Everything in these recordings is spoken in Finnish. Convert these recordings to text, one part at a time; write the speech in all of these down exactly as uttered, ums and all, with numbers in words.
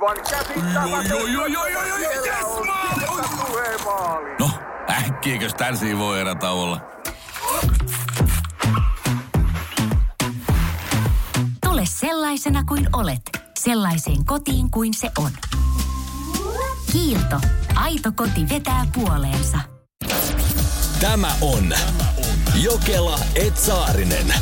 Aivan käsittämätöntä. No, äkkiäkös tän voi erätä olla? Tule sellaisena kuin olet, sellaiseen kotiin kuin se on. Kiilto. Aito koti vetää puoleensa. Tämä on Jokela et Saarinen.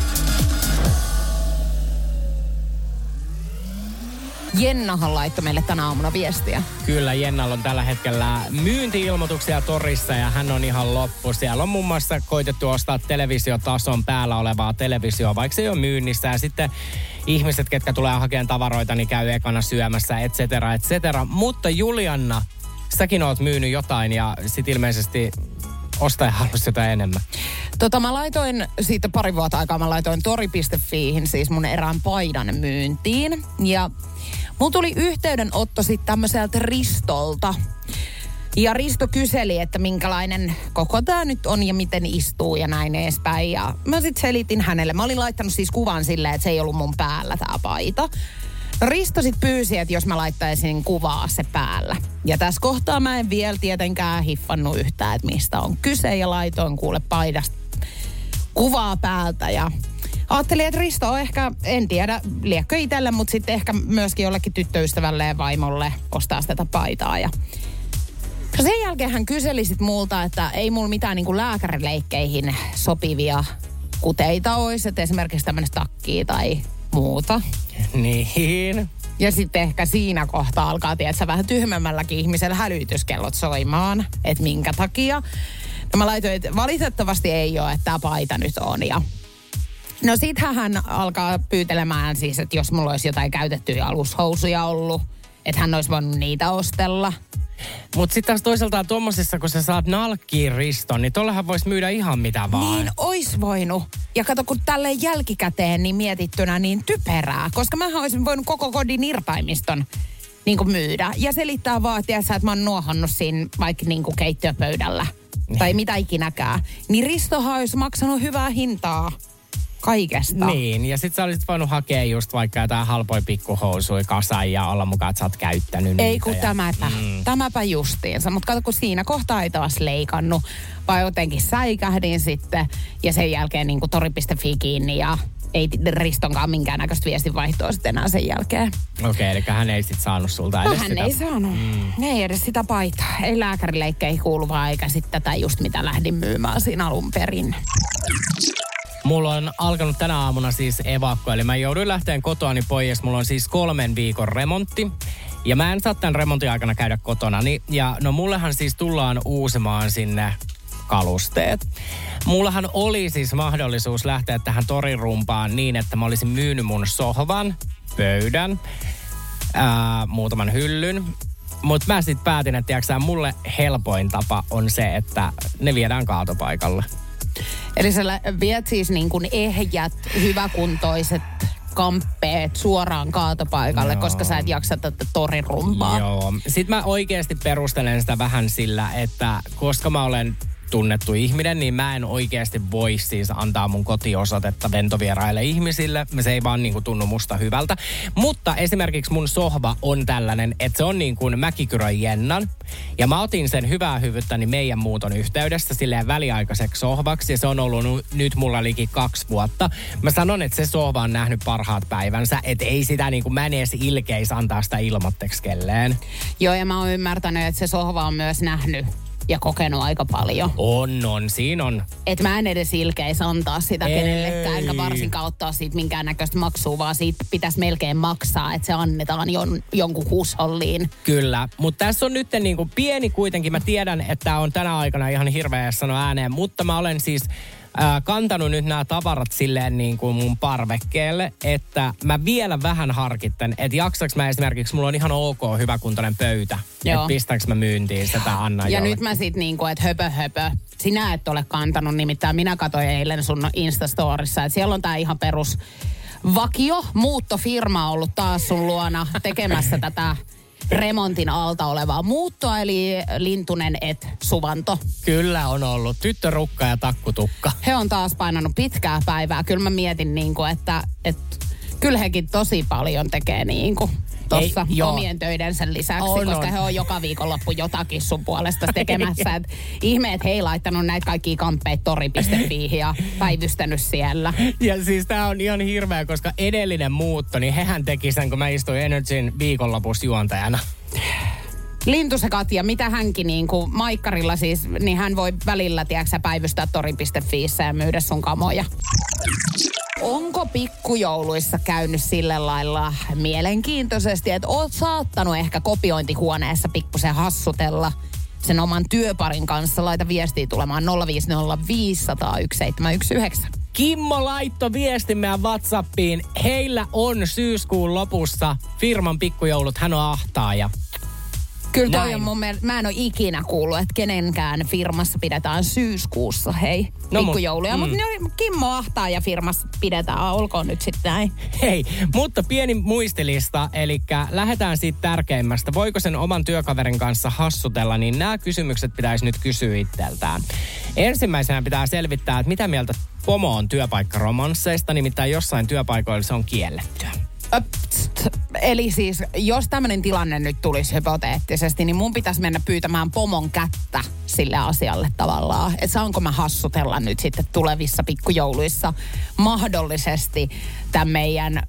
Jennahan laittoi meille tänä aamuna viestiä. Kyllä, Jennalla on tällä hetkellä myynti-ilmoituksia torissa ja hän on ihan loppu. Siellä on muun muassa koitettu ostaa televisiotason päällä olevaa televisioa, vaikka se ei ole myynnissä. Ja sitten ihmiset, ketkä tulee hakemaan tavaroita, niin käy ekana syömässä, et cetera, et cetera. Mutta Julianna, säkin oot myynyt jotain ja sit ilmeisesti ostaja halusi jotain enemmän. Tota mä laitoin siitä pari vuotta aikaa, mä laitoin tori piste fiihin siis mun erään paidan myyntiin. Ja mulla tuli yhteydenotto sitten tämmöiseltä Ristolta. Ja Risto kyseli, että minkälainen koko tää nyt on ja miten istuu ja näin edespäin. Ja mä sitten selitin hänelle. Mä olin laittanut siis kuvan silleen, että se ei ollut mun päällä tää paita. No Risto sit pyysi, että jos mä laittaisin kuvaa se päällä. Ja tässä kohtaa mä en vielä tietenkään hiffannut yhtään, että mistä on kyse. Ja laitoin kuule paidasta kuvaa päältä ja ajattelin, että Risto on ehkä, en tiedä, liekkö itselle, mutta sitten ehkä myöskin jollekin tyttöystävälle ja vaimolle ostaa tätä paitaa. Ja sen jälkeen hän kyseli sit multa, että ei mulla mitään niinku lääkärileikkeihin sopivia kuteita olisi, että esimerkiksi tämmöistä takkia tai muuta. Niin. Ja sitten ehkä siinä kohtaa alkaa, tiedätkö, vähän tyhmemmälläkin ihmisellä hälytyskellot soimaan, että minkä takia. No mä laitoin, että valitettavasti ei ole, että tämä paita nyt on. Ja no sit hän alkaa pyytelemään siis, että jos mulla olisi jotain käytettyjä alushousuja ollut, että hän olisi voinut niitä ostella. Mutta sitten taas toisaalta tuommoisessa, kun sä saat nalkkiin Riston, niin tollehan voisi myydä ihan mitä vaan. Niin, ois voinut. Ja kato, kun tälleen jälkikäteen niin mietittynä niin typerää. Koska mähän olisin voinut koko kodin irtaimiston niin kuin myydä. Ja selittää vaan, tiedätkö, että mä oon nuohonnut siinä vaikka niin kuin keittiöpöydällä. Tai mitä ikinäkään. Niin Ristohan olisi maksanut hyvää hintaa kaikesta. Niin, ja sit sä olisit voinut hakea just vaikka jotain halpoja pikkuhousui kasaan ja olla mukaan, että sä oot käyttänyt niitä. Ei kun ja... tämäpä, mm. tämäpä justiinsa. Mutta kato, kun siinä kohtaa ei taas leikannut, vaan jotenkin säikähdin sitten. Ja sen jälkeen niin kuin tori piste fi kiinni ja ei Ristonkaan minkäännäköistä viestinvaihtoa sitten enää sen jälkeen. Okei, okay, eli hän ei sit saanut sulta edes no, hän sitä. ei saanut. Mm. Ei edes sitä paitaa. Ei lääkärileikkeihin kuuluvaa eikä sitten tätä just mitä lähdin myymään siinä alun perin. Mulla on alkanut tänä aamuna siis evakko, eli mä jouduin lähteen kotoani pois. Mulla on siis kolmen viikon remontti. Ja mä en saa tämän remontin aikana käydä kotonani. Ja no mullehan siis tullaan uusimaan sinne kalusteet. Mullahan oli siis mahdollisuus lähteä tähän torirumpaan niin, että mä olisin myynyt mun sohvan, pöydän, ää, muutaman hyllyn. Mutta mä sitten päätin, että tiiäksä, mulle helpoin tapa on se, että ne viedään kaatopaikalle. Eli sä viet siis niin kuin ehjät, hyväkuntoiset kamppeet suoraan kaatopaikalle, Joo. koska sä et jaksa tätä torirumpaa. Joo. Sitten mä oikeasti perustelen sitä vähän sillä, että koska mä olen tunnettu ihminen, niin mä en oikeasti voi siis antaa mun kotiosoitetta ventovieraille ihmisille. Se ei vaan niin kuin tunnu musta hyvältä. Mutta esimerkiksi mun sohva on tällainen, että se on niin kuin Mäkikyrön Jennan. Ja mä otin sen hyvää hyvyyttäni meidän muuton yhteydessä silleen väliaikaiseksi sohvaksi. Ja se on ollut nyt mulla liki kaksi vuotta. Mä sanon, että se sohva on nähnyt parhaat päivänsä. Että ei sitä niin kuin mä en edes ilkeis antaa sitä ilmatteeksi kelleen. Joo, ja mä oon ymmärtänyt, että se sohva on myös nähnyt ja kokenut aika paljon. On, on, siinä on. Et mä en edes ilkeis antaa sitä Ei. kenellekään, enkä varsinkaan ottaa siitä minkäännäköistä maksua, vaan siitä pitäisi melkein maksaa, että se annetaan jon, jonkun huusholliin. Kyllä, mutta tässä on nyt niin kuin pieni kuitenkin. Mä tiedän, että tää on tänä aikana ihan hirveä sanoa ääneen, mutta mä olen siis Äh, kantanut nyt nämä tavarat silleen niin kuin mun parvekkeelle, että mä vielä vähän harkitten, että jaksaks mä esimerkiksi, mulla on ihan ok hyväkuntoinen pöytä, että pistäks mä myyntiin sitä Anna Ja jollekin. nyt mä sit niinku, että höpö höpö. Sinä et ole kantanut, nimittäin minä katsoin eilen sun Instastorissa, että siellä on tää ihan perus vakio, muuttofirma ollut taas sun luona tekemässä tätä remontin alta olevaa muuttoa, eli Lintunen et Suvanto. Kyllä on ollut. Tyttörukka ja takkutukka. He on taas painanut pitkää päivää. Kyllä mä mietin, niin kuin, että, että kyllä hekin tosi paljon tekee niin kuin. tuossa omien töidensä lisäksi, on, koska on. he on joka viikonloppu jotakin sun puolesta tekemässä. Et ihme, että he ei laittanut näitä kaikkia kamppeita tori piste fi ja päivystänyt siellä. Ja siis tää on ihan hirveä, koska edellinen muutto, niin hehän teki sen, kun mä istuin Energyn viikonlopussa juontajana. Lintu se Katja, mitä hänkin niin kuin Maikkarilla siis, niin hän voi välillä, tiedätkö, päivystää tori piste fiissä ja myydä sun kamoja. Onko pikkujouluissa käynyt sillä lailla mielenkiintoisesti, että oot saattanut ehkä kopiointihuoneessa pikkusen hassutella sen oman työparin kanssa? Laita viestiä tulemaan nolla viisi nolla viisi nolla nolla yksi seitsemän yksi yhdeksän. Kimmo laittoi viestin meidän WhatsAppiin. Heillä on syyskuun lopussa firman pikkujoulut. Hän on ahtaaja. Kyllä toi Näin. on mun mielestä, mä en ole ikinä kuullut, että kenenkään firmassa pidetään syyskuussa, hei, No, pikkujouluja. mut, Mutta mm. mut Kimmo ahtaa ja firmassa pidetään, olkoon nyt sitten näin. Hei, mutta pieni muistilista, eli lähdetään siitä tärkeimmästä. Voiko sen oman työkaverin kanssa hassutella, niin nämä kysymykset pitäisi nyt kysyä itseltään. Ensimmäisenä pitää selvittää, että mitä mieltä pomo on työpaikkaromansseista, nimittäin jossain työpaikoilla se on kiellettyä. Öpst. Eli siis, jos tämmöinen tilanne nyt tulisi hypoteettisesti, niin mun pitäisi mennä pyytämään pomon kättä sille asialle tavallaan. Että saanko mä hassutella nyt sitten tulevissa pikkujouluissa mahdollisesti tämän meidän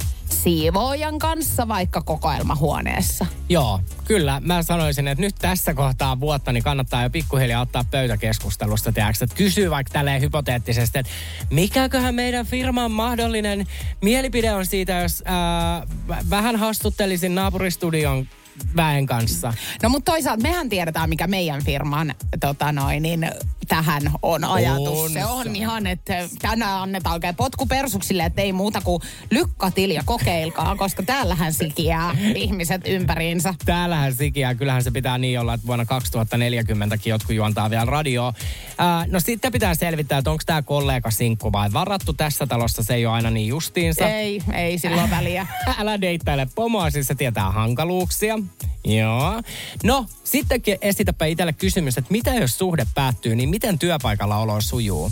siivoojan kanssa vaikka kokoelmahuoneessa. Joo, kyllä. Mä sanoisin, että nyt tässä kohtaa vuotta niin kannattaa jo pikkuhiljaa ottaa pöytäkeskustelusta, tiedätkö, että kysyy vaikka tälleen hypoteettisesti, että mikäköhän meidän firman mahdollinen mielipide on siitä, jos ää, vähän hassuttelisin naapuristudion väen kanssa. No mutta toisaalta mehän tiedetään, mikä meidän firman tota noin, niin tähän on ajatus. On se on se. ihan, että tänään annetaan oikein potku persuksille, että ei muuta kuin lykkatil ja kokeilkaa, koska täällähän sikiää ihmiset ympäriinsä. Täällähän sikiää, kyllähän se pitää niin olla, että vuonna kaksituhattaneljäkymmentäkin jotkut juontaa vielä radioa. Ää, no sitten pitää selvittää, että onko tämä kollega sinkku vai varattu tässä talossa, se ei ole aina niin justiinsa. Ei, ei silloin väliä. Älä deittaile pomoa, siis se tietää hankaluuksia. Joo. No, sittenkin esitäpä itselle kysymys, että mitä jos suhde päättyy, niin miten työpaikalla olo sujuu?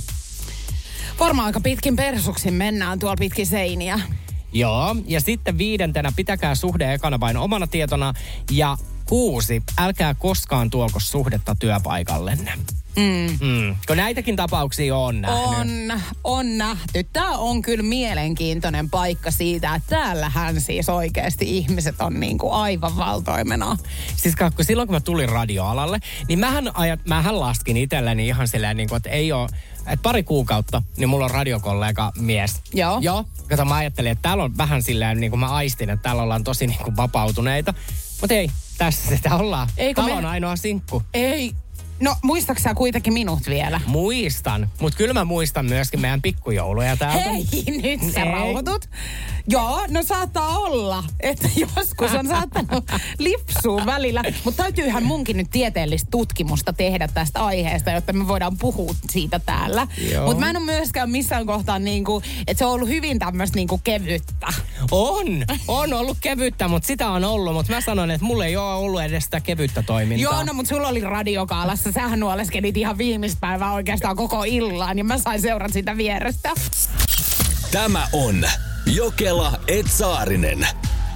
Varmaan aika pitkin persuksin mennään tuolla pitkin seiniä. Joo, ja sitten viidentenä pitäkää suhde ekana vain omana tietona. Ja kuusi, älkää koskaan tuolko suhdetta työpaikallenne. Mm. Mm. Kun näitäkin tapauksia on nähnyt. On, on nähty. Tämä on kyllä mielenkiintoinen paikka siitä, että täällähän siis oikeasti ihmiset on niin kuin aivan valtoimena. Siis kun silloin kun mä tulin radioalalle, niin mähän, ajat, mähän laskin itselleni ihan silleen, niin kuin, että ei ole, että pari kuukautta, niin mulla on radiokollega mies. Joo. Joo. Kato, mä ajattelin, että täällä on vähän silleen, niin kuin mä aistin, että täällä ollaan tosi niin kuin vapautuneita. Mutta ei, tässä sitä ollaan. Eikö Täällä me- on ainoa sinkku. Ei. No, muistatko sä kuitenkin minut vielä? Muistan, mutta kyllä mä muistan myöskin meidän pikkujouluja täältä. Hei, nyt sä Ei. rauhoitut. Joo, no saattaa olla, että joskus on saattanut lipsua välillä. Mutta täytyyhän munkin nyt tieteellistä tutkimusta tehdä tästä aiheesta, jotta me voidaan puhua siitä täällä. Mutta mä en ole myöskään missään kohtaa niinku, että se on ollut hyvin tämmöistä niinku kevyttä. On, on ollut kevyttä, mutta sitä on ollut. Mutta mä sanon, että mulla ei ole ollut edes sitä kevyttä toimintaa. Joo, no mutta sulla oli radiokaalassa. Sähän nuoleskelit ihan viimeistä päivää oikeastaan koko illaan, ja mä sain seurata sitä vierestä. Tämä on Jokela et Saarinen.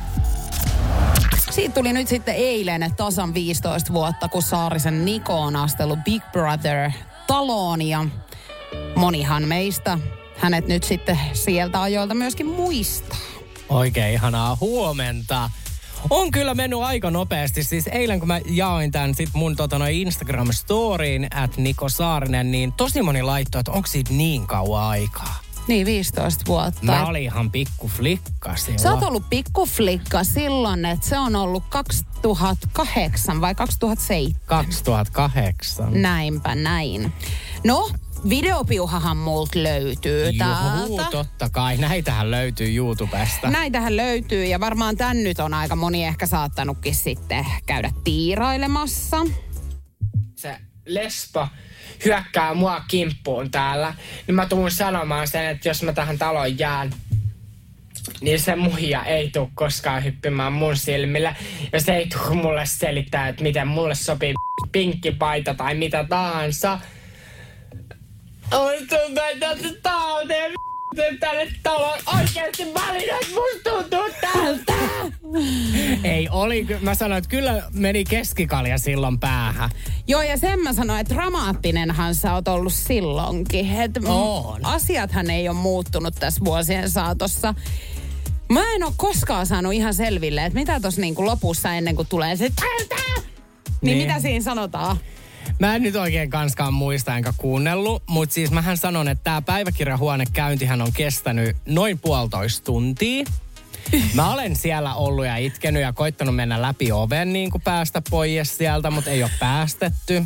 Siitä tuli nyt sitten eilen tasan viisitoista vuotta, kun Saarisen Niko on astellut Big Brother-taloon, ja monihan meistä hänet nyt sitten sieltä ajoilta myöskin muistaa. Oikein ihanaa huomenta. On kyllä mennyt aika nopeasti. Siis eilen kun mä jaoin tämän sit mun tota, Instagram-storyin at Niko Saarinen, niin tosi moni laittoi, että onko siitä niin kauan aikaa. Niin, viisitoista vuotta. Mä olin ihan pikku flikka silloin. Sä oot ollut pikkuflikka silloin, että se on ollut kaksituhattakahdeksan vai kaksituhattaseitsemän? kaksituhattakahdeksan. Näinpä näin. No, videopiuhahan multa löytyy Juhu, täältä. totta kai. Näitähän löytyy YouTubesta. Näitähän löytyy ja varmaan tän nyt on aika moni ehkä saattanutkin sitten käydä tiirailemassa. Se lesbo hyökkää mua kimppuun täällä, niin mä tuun sanomaan sen, että jos mä tähän taloon jään, niin se muija ei tule koskaan hyppimään mun silmillä. Ja se ei tule mulle selittää, että miten mulle sopii pinkki paita tai mitä tahansa. Oi tuntuu, että tää on teidän nyt tänne taloon. Oikeesti välillä, että musta tuntuu tältä. Ei, oli. Mä sanoin, että kyllä meni keskikalja silloin päähän. Joo, ja sen mä sanoin, että dramaattinenhan sä oot ollut silloinkin. Et On. Asiathan ei ole muuttunut tässä vuosien saatossa. Mä en ole koskaan saanut ihan selville, että mitä tossa niinku lopussa ennen kuin tulee se tältä. Niin, niin mitä siinä sanotaan? Mä en nyt oikein kanskaan muista enkä kuunnellut, mutta siis mähän sanon, että tää päiväkirjahuonekäyntihän on kestänyt noin puolitoista tuntia. Mä olen siellä ollut ja itkenyt ja koittanut mennä läpi oven niin kuin päästä pois sieltä, mutta ei ole päästetty.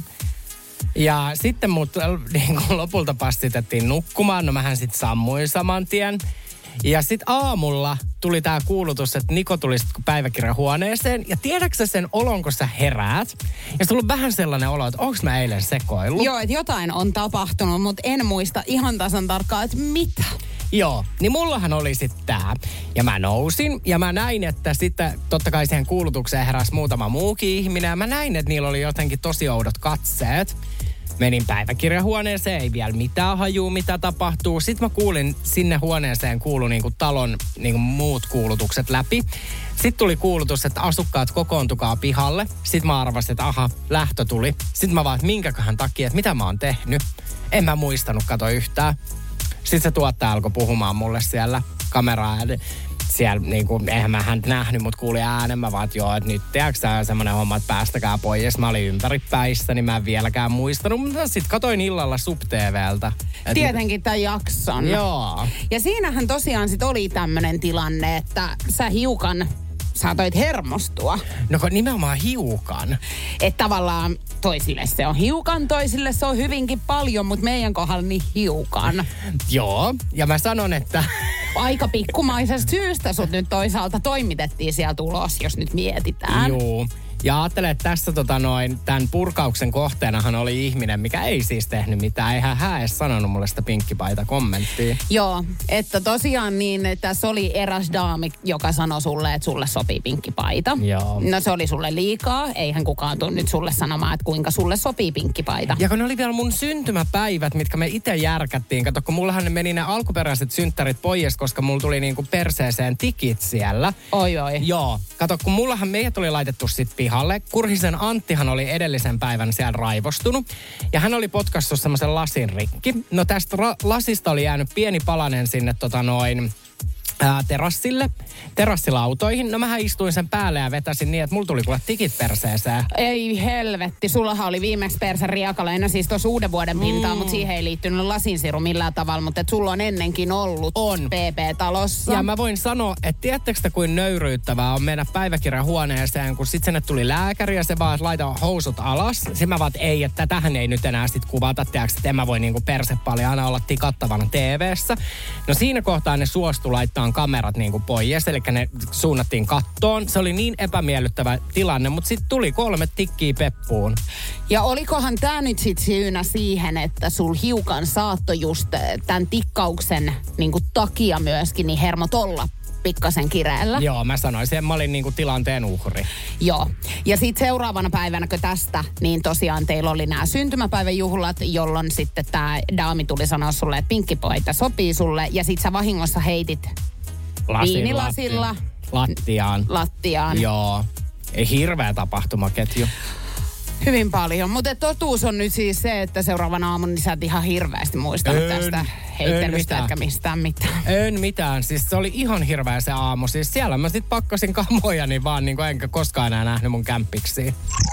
Ja sitten mut niin kuin lopulta passitettiin nukkumaan, no mähän sit sammuin saman tien. Ja sitten aamulla tuli tää kuulutus, että Niko tuli sit päiväkirjahuoneeseen. Ja tiedätkö sen olon, kun sä heräät? Ja sulla on vähän sellainen olo, että onko mä eilen sekoillut? Joo, että jotain on tapahtunut, mutta en muista ihan tasan tarkkaan, että mitä. Joo, niin mullahan oli sitten tää. Ja mä nousin ja mä näin, että sitten totta kai siihen kuulutukseen heräsi muutama muukin ihminen. Ja mä näin, että niillä oli jotenkin tosi oudot katseet. Menin päiväkirjahuoneeseen, ei vielä mitään hajuu, mitä tapahtuu. Sitten mä kuulin, sinne huoneeseen kuului niinku talon niinku muut kuulutukset läpi. Sitten tuli kuulutus, että asukkaat kokoontukaa pihalle. Sitten mä arvasin, että aha, lähtö tuli. Sitten mä vaan, että minkäköhän takia, että mitä mä oon tehnyt. En mä muistanut, kato yhtään. Sitten se tuottaja alkoi puhumaan mulle siellä kameraa. Siellä niinku, eihän mä häntä nähnyt, mutta kuuli äänen. Mä vaan, että joo, että nyt tiedätkö sä semmonen homma, että päästäkää pois. Mä olin ympäri päissä, niin mä en vieläkään muistanut. Mutta sit katoin illalla Sub-T V:ltä. Tietenkin tämän jakson. Joo. Ja siinähän tosiaan sit oli tämmönen tilanne, että sä hiukan saatoit hermostua. No nimenomaan hiukan. Että tavallaan toisille se on hiukan, toisille se on hyvinkin paljon, mutta meidän kohdalla niin hiukan. Joo, ja mä sanon, että aika pikkumaisesta syystä sut nyt toisaalta toimitettiin sieltä ulos, jos nyt mietitään. Joo. Ja ajattelen, että tässä tota noin, tämän purkauksen kohteenahan oli ihminen, mikä ei siis tehnyt mitään. Eihän hän edes sanonut mulle sitä pinkkipaita kommenttia. Joo, että tosiaan niin, tässä oli eräs daami, joka sanoi sulle, että sulle sopii pinkkipaita. Joo. No se oli sulle liikaa. Eihän kukaan tule nyt sulle sanomaan, että kuinka sulle sopii pinkkipaita. Ja kun ne oli vielä mun syntymäpäivät, mitkä me itse järkättiin. Kato, kun mullahan ne meni ne alkuperäiset synttärit pois, koska mulla tuli niinku perseeseen tikit siellä. Oi oi. Joo. Kato, kun mullahan meidät oli laitettu sit pihalle. Kurhisen Anttihan oli edellisen päivän siellä raivostunut. Ja hän oli potkassut semmoisen lasin rikki. No tästä ra- lasista oli jäänyt pieni palanen sinne tota noin ää, terassille, terassilautoihin. No mähän istuin sen päälle ja vetäsin niin, että mulla tuli kuule tikit perseeseen. Ei helvetti, sullahan oli viimeksi perse riakaleina siis tuossa uuden vuoden pintaan, mm. mutta siihen ei liittynyt lasinsiru millään tavalla, mutta et sulla on ennenkin ollut on. P P-talossa. Ja mä voin sanoa, että tiedättekö te kuin nöyryyttävää on mennä päiväkirjahuoneeseen, kun sitten sinne tuli lääkäri ja se vaan, että laita housut alas. Sitten mä vaan, että ei, että tähän ei nyt enää sit kuvata, tiedätkö, että en mä voi niinku persepaljaana olla tikattavana T V:ssä. No siinä kohtaa ne suostui laittaa kamerat niinku pois, eli ne suunnattiin kattoon. Se oli niin epämiellyttävä tilanne, mutta sitten tuli kolme tikkiä peppuun. Ja olikohan tämä nyt sitten syynä siihen, että sul hiukan saattoi just tämän tikkauksen niinku takia myöskin niin hermot olla pikkasen kireellä? Joo, mä sanoisin, että mä olin niinku tilanteen uhri. Joo. Ja sitten seuraavana päivänäkö tästä, niin tosiaan teillä oli nämä syntymäpäiväjuhlat, jolloin sitten tämä daami tuli sanoa sulle, että pinkkipaita sopii sulle. Ja sit sä vahingossa heitit Lasin viinilasilla lattiaan. lattiaan. Joo. Ei hirveä tapahtumaketju. Hyvin paljon, mutta totuus on nyt siis se, että seuraavana aamuna sä et ihan hirveästi muistanut en, tästä heittelystä, etkä mistään mitään. En mitään, siis se oli ihan hirveä se aamu. Siis siellä mä sit pakkasin kamojani vaan, niin kuin enkä koskaan enää nähnyt mun kämpiksiä.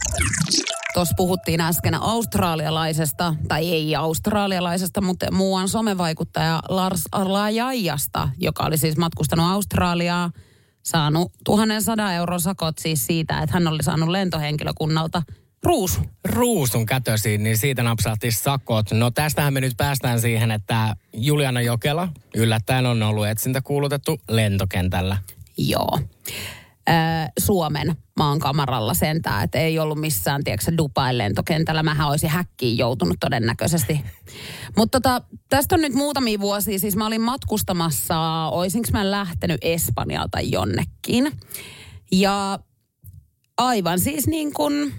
Tuossa puhuttiin äsken australialaisesta, tai ei australialaisesta, mutta muuan somevaikuttaja Lars Arlaajajasta, joka oli siis matkustanut Australiaa, saanut tuhannen euron sakot siis siitä, että hän oli saanut lentohenkilökunnalta ruusun. Ruusun kätösiin, niin siitä napsahti sakot. No tästähän me nyt päästään siihen, että Juliana Jokela yllättäen on ollut etsintä kuulutettu lentokentällä. Joo. Ö, Suomen maankamaralla sentään, että ei ollut missään, tiedätkö, Dubain lentokentällä. Mähän olisin häkkiin joutunut todennäköisesti. Mutta tota, tästä on nyt muutamia vuosia, siis mä olin matkustamassa, oisinko mä lähtenyt Espanjalta jonnekin. Ja aivan siis niin kuin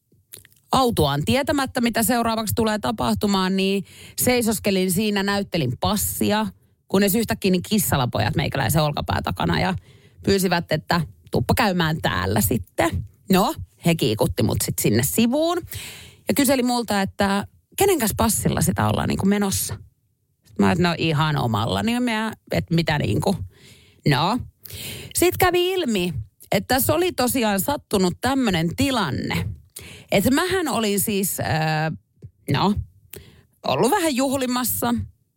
autuaan tietämättä, mitä seuraavaksi tulee tapahtumaan, niin seisoskelin siinä, näyttelin passia. kunnes yhtäkkiä niin kissalapojat meikäläisen olkapää takana ja pyysivät, että tuppa käymään täällä sitten. No, he kiikutti mut sitten sinne sivuun ja kyseli multa, että kenenkäs passilla sitä ollaan niin kuin menossa. Sitten mä että no ihan omalla, niin mä, että mitä niin kuin. No, sitten kävi ilmi, että tässä oli tosiaan sattunut tämmöinen tilanne. Että mähän olin siis, äh, no, ollut vähän juhlimassa.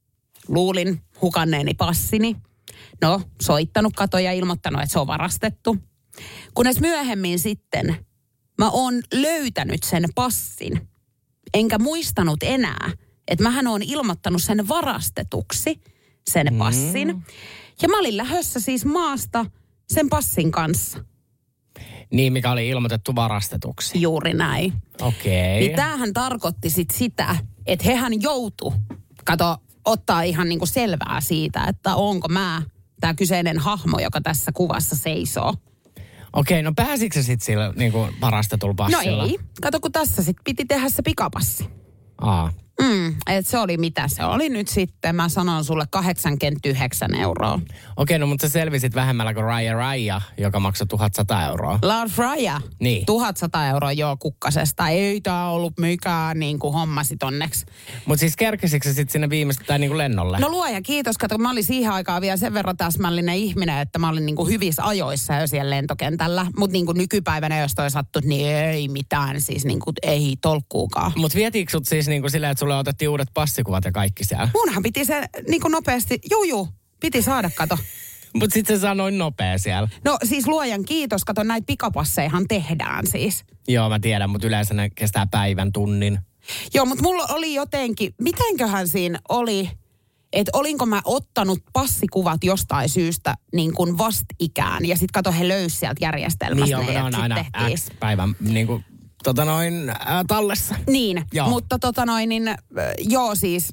Luulin hukanneeni passini. No, soittanut katoja ja ilmoittanut, että se on varastettu. Kunnes myöhemmin sitten mä oon löytänyt sen passin. Enkä muistanut enää, että mähän oon ilmoittanut sen varastetuksi, sen passin. Mm. Ja mä olin lähdössä siis maasta sen passin kanssa. Niin, mikä oli ilmoitettu varastetuksi. Juuri näin. Okei. Okay. Niin tämähän tarkoitti sit sitä, että hehän joutu, kato, ottaa ihan niinku selvää siitä, että onko mä tämä kyseinen hahmo, joka tässä kuvassa seisoo. Okei, no pääsikö se sitten sillä niinku varastetulla passilla? No ei. Kato, kun tässä sitten piti tehdä se pikapassi. Aa. Mm, et se oli mitä se oli nyt sitten, mä sanon sulle kahdeksankymmentäyhdeksän euroa. Okei, no mutta sä selvisit vähemmällä kuin Raya Raya, joka maksoi tuhatsata euroa. Lord Raya? Niin. tuhatsata euroa joo kukkasesta. Ei tää ollut mikään niin kuin hommasit onneksi. Mutta siis kerkesikö sä sitten sinne viimeistä tai niin kuin lennolle? No luoja kiitos, kato mä olin siihen aikaan vielä sen verran täsmällinen ihminen, että mä olin niin kuin hyvissä ajoissa jo siellä lentokentällä. Mutta niin kuin nykypäivänä, jos toi sattu, niin ei mitään, siis niin kuin ei tolkkuukaan. Mutta vietiinkö sut siis niin kuin silleen, että sulle otettiin uudet passikuvat ja kaikki siellä? Munhan piti se niin kuin nopeasti, juu juu, piti saada, kato. Mutta sitten se sanoi nopea siellä. No siis luojan kiitos, kato näitä pikapasseihan tehdään siis. Joo, mä tiedän, mutta yleensä ne kestää päivän, tunnin. Joo, mutta mulla oli jotenkin, mitenköhän siinä oli, että olinko mä ottanut passikuvat jostain syystä niin kuin vastikään. Ja sitten kato, he löysi sieltä järjestelmästä. Niin, joo, ne on aina X-päivän niin kuin, tota noin, ää, tallessa. Niin, joo. Mutta tota noin, niin äh, joo siis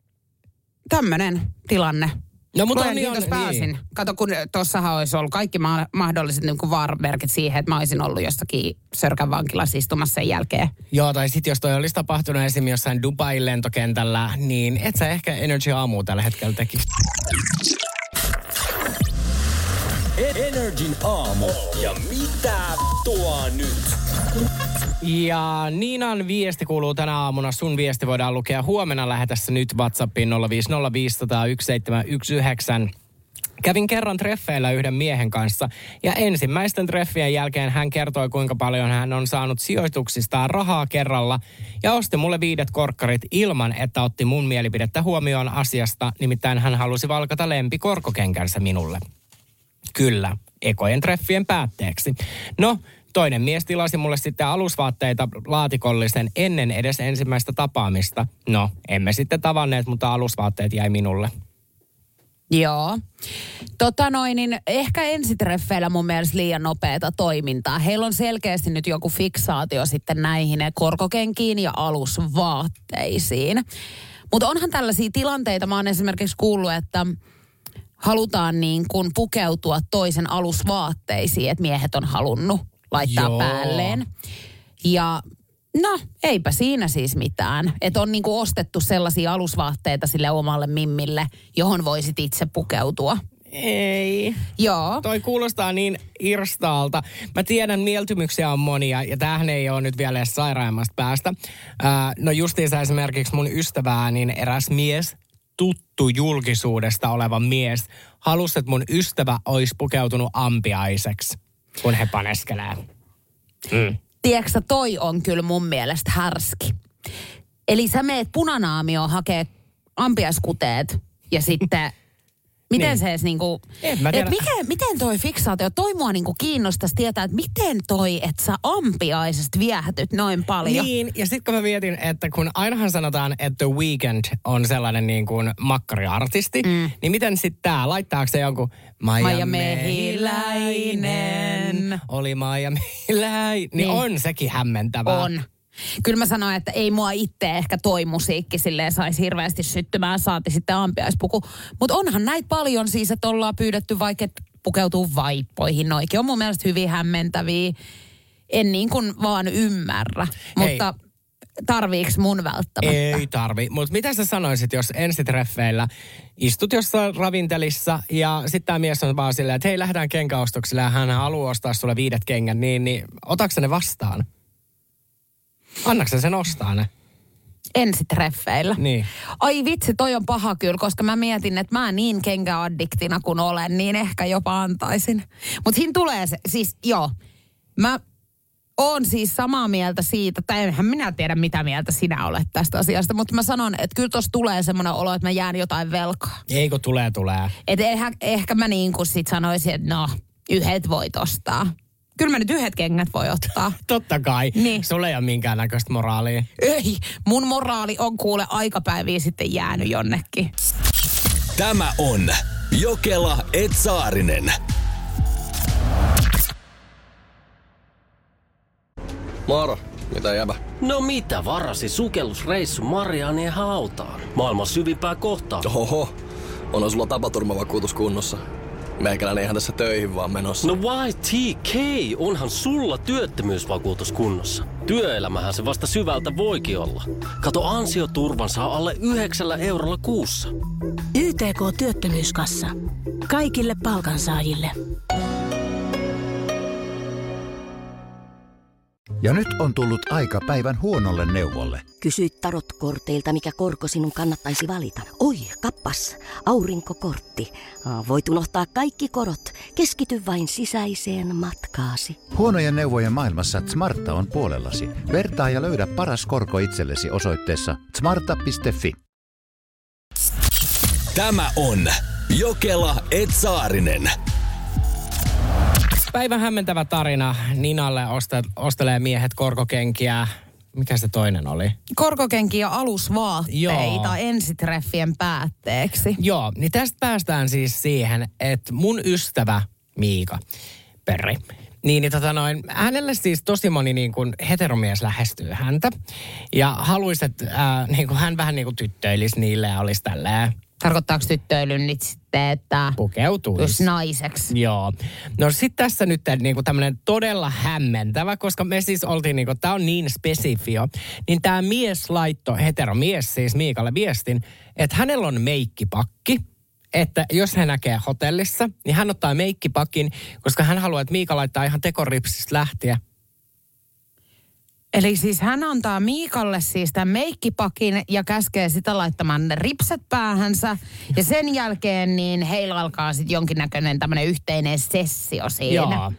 tämmönen tilanne. No mutta Luojan kiitos on, pääsin. niin. Kato, kun tossahan olisi ollut kaikki ma- mahdolliset niin kuin vaaramerkit siihen, että mä olisin ollut jostakin Sörkän vankilassa istumassa sen jälkeen. Joo, tai sitten jos toi olisi tapahtunut esimerkiksi jossain Dubain lentokentällä, niin et sä ehkä Energy Aamua tällä hetkellä tekisi. Energin aamu. Ja mitä tuo nyt? Ja Niinan viesti kuuluu tänä aamuna. Sun viesti voidaan lukea huomenna. Lähetä se nyt WhatsAppiin nolla viisi nolla viisi nolla nolla yksi seitsemän yksi yhdeksän. Kävin kerran treffeillä yhden miehen kanssa ja ensimmäisten treffien jälkeen hän kertoi, kuinka paljon hän on saanut sijoituksistaan rahaa kerralla ja osti mulle viidet korkkarit ilman, että otti mun mielipidettä huomioon asiasta. Nimittäin hän halusi valkata lempikorkokenkänsä minulle. Kyllä, ekojen treffien päätteeksi. No, toinen mies tilasi mulle sitten alusvaatteita laatikollisen ennen edes ensimmäistä tapaamista. No, emme sitten tavanneet, mutta alusvaatteet jäi minulle. Joo. Tota noin, niin ehkä ensitreffeillä mun mielestä liian nopeata toimintaa. Heillä on selkeästi nyt joku fiksaatio sitten näihin korkokenkiin ja alusvaatteisiin. Mutta onhan tällaisia tilanteita, mä oon esimerkiksi kuullut, että halutaan niin kuin pukeutua toisen alusvaatteisiin, että miehet on halunnut laittaa Joo. päälleen. Ja no, eipä siinä siis mitään. Että on niin kuin ostettu sellaisia alusvaatteita sille omalle mimmille, johon voisit itse pukeutua. Ei. Joo. Toi kuulostaa niin irstaalta. Mä tiedän, mieltymyksiä on monia, ja tämähän ei ole nyt vielä edes sairaimmasta päästä. Äh, no justiinsa esimerkiksi mun ystävää, niin eräs mies, tuttu julkisuudesta oleva mies, halusi, että mun ystävä olisi pukeutunut ampiaiseksi, kun he paneskelee. Mm. Tiedätkö, toi on kyllä mun mielestä härski. Eli sä meet Punanaamioon hakee ampiaiskuteet ja sitten miten niin. se edes niinku, et miten, miten toi fiksaatio, toi mua niinku kiinnostaisi tietää, että miten toi, että sä ampiaisesta viehätyt noin paljon. Niin, ja sitten kun mä mietin, että kun ainahan sanotaan, että The Weeknd on sellainen niin kuin makkariartisti, mm. niin miten sitten tää, laittaako se jonkun Maija, Maija Mehiläinen, oli Maija Mehiläinen, niin, niin on sekin hämmentävää. On. Kyllä mä sanoin, että ei mua itse ehkä toi musiikki silleen saisi hirveästi syttymään, saati sitten ampiaispuku. Mutta onhan näitä paljon siis, että ollaan pyydetty vaikka, että pukeutuu vaippoihin. Noikin on mun mielestä hyvin hämmentäviä. En niin kuin vaan ymmärrä. Hei. Mutta tarviiks mun välttämättä? Ei tarvi. Mutta mitä sä sanoisit, jos ensitreffeillä istut jossain ravintelissa ja sitten tämä mies on vaan silleen, että hei, lähdetään kenkäostoksille ja hän haluaa ostaa sulle viidet kengät, niin, niin otatko ne vastaan? Annatko sä sen ostaa ne? Ensitreffeillä. Niin. Ai vitsi, toi on paha kyllä, koska mä mietin, että mä niin kenkäaddiktina kun olen, niin ehkä jopa antaisin. Mutta siinä tulee se, siis joo, mä oon siis samaa mieltä siitä, tai enhän minä tiedä mitä mieltä sinä olet tästä asiasta, mutta mä sanon, että kyllä tossa tulee semmoinen olo, että mä jään jotain velkaa. Eikö tulee, tulee. Että ehkä, ehkä mä niin kuin sit sanoisin, että no, yhdet voit ostaa. Kyllä mä nyt yhdet kengät voi ottaa. Totta kai. Niin. Sulla ei ole minkäännäköistä moraalia. Ei, mun moraali on kuule aikapäiviä sitten jäänyt jonnekin. Tämä on Jokela et Saarinen. Moro, mitä jäbä? No mitä, varasi sukellusreissu Marianien hautaan. Maailman syvimpää kohtaa. Oho, onhan sulla tapaturmavakuutus kunnossa. Meikäläinen ihan tässä töihin vaan menossa. No why T K? Onhan sulla työttömyysvakuutus kunnossa. Työelämähän se vasta syvältä voikin olla. Kato, ansioturvan saa alle yhdeksällä eurolla kuussa. Y T K-työttömyyskassa. Kaikille palkansaajille. Ja nyt on tullut aika päivän huonolle neuvolle. Kysy tarotkorteilta, mikä korko sinun kannattaisi valita. Oi, kappas, aurinkokortti. Voit unohtaa kaikki korot. Keskity vain sisäiseen matkaasi. Huonojen neuvojen maailmassa Smarta on puolellasi. Vertaa ja löydä paras korko itsellesi osoitteessa smarta piste fi. Tämä on Jokela et Saarinen. Päivän hämmentävä tarina. Ninalle oste, ostelee miehet korkokenkiä. Mikä se toinen oli? Korkokenkiä ja alusvaatteita Joo. ensitreffien päätteeksi. Joo, niin tästä päästään siis siihen, että mun ystävä Miika Perri, niin, niin tota noin, hänelle siis tosi moni niin kuin heteromies lähestyy häntä. Ja haluaisi, että äh, niin kuin hän vähän niin kuin tyttöilisi niille ja olisi tälleen. Tarkoittaako tyttöilyn nyt sitten, että pukeutuisi jos naiseksi? Joo. No sitten tässä nyt niinku tämmöinen todella hämmentävä, koska me siis oltiin niinku, tää on niin spesifio, niin tämä mies laittoi, heteromies siis Miikalle viestin, että hänellä on meikkipakki, että jos hän näkee hotellissa, niin hän ottaa meikkipakin, koska hän haluaa, että Miika laittaa ihan tekoripsistä lähtien. Eli siis hän antaa Miikalle siis tämän meikkipakin ja käskee sitä laittamaan ne ripset päähänsä. Ja sen jälkeen niin heillä alkaa sitten jonkinnäköinen tämmöinen yhteinen sessio siinä. Joo.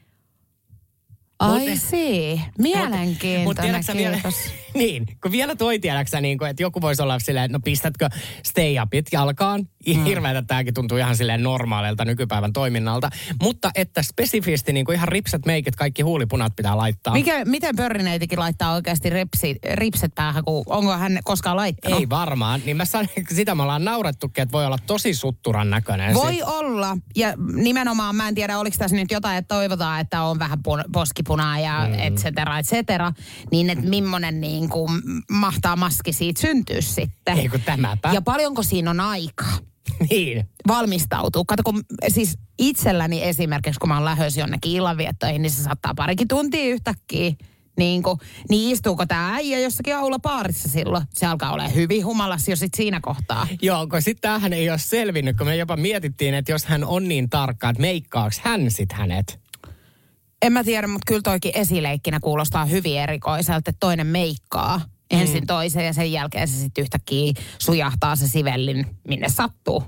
Ai sii, mielenkiintoinen, kiitos. Niin, kun vielä toi tiedäksä, niin kuin, että joku voisi olla silleen, että no pistätkö stay-upit jalkaan? Mm. Hirveätä tämäkin tuntuu ihan silleen normaalilta nykypäivän toiminnalta. Mutta että spesifisti niin kuin ihan ripset, meikit, kaikki huulipunat pitää laittaa. Mikä, miten pörrineitikin laittaa oikeasti ripsi, ripset päähän, kun onko hän koskaan laittanut? Ei varmaan. Niin mä sanon, sitä me ollaan naurettukin, että voi olla tosi sutturan näköinen. Voi sit. olla. Ja nimenomaan mä en tiedä, oliko tässä nyt jotain, että toivotaan, että on vähän pun- poskipunaa ja mm. et cetera, et cetera. Niin että millainen niin kuin mahtaa maski siitä syntyä sitten. Ei kun tämäpä. Ja paljonko siinä on aikaa? Niin. Valmistautuu. Kato, kun siis itselläni esimerkiksi, kun mä oon lähdössä jonnekin illanviettoihin, niin se saattaa parikin tuntia yhtäkkiä. Niin, kuin, niin istuuko tää äijä jossakin aulapaarissa silloin? Se alkaa olla hyvin humalas jo sit siinä kohtaa. Joo, kun sit tämähän ei ole selvinnyt, kun me jopa mietittiin, että jos hän on niin tarkka, että meikkaaks hän sit hänet? En mä tiedä, mutta kyllä toikin esileikkinä kuulostaa hyvin erikoiselta, että toinen meikkaa ensin mm. toisen ja sen jälkeen se sitten yhtäkkiä sujahtaa se sivellin, minne sattuu.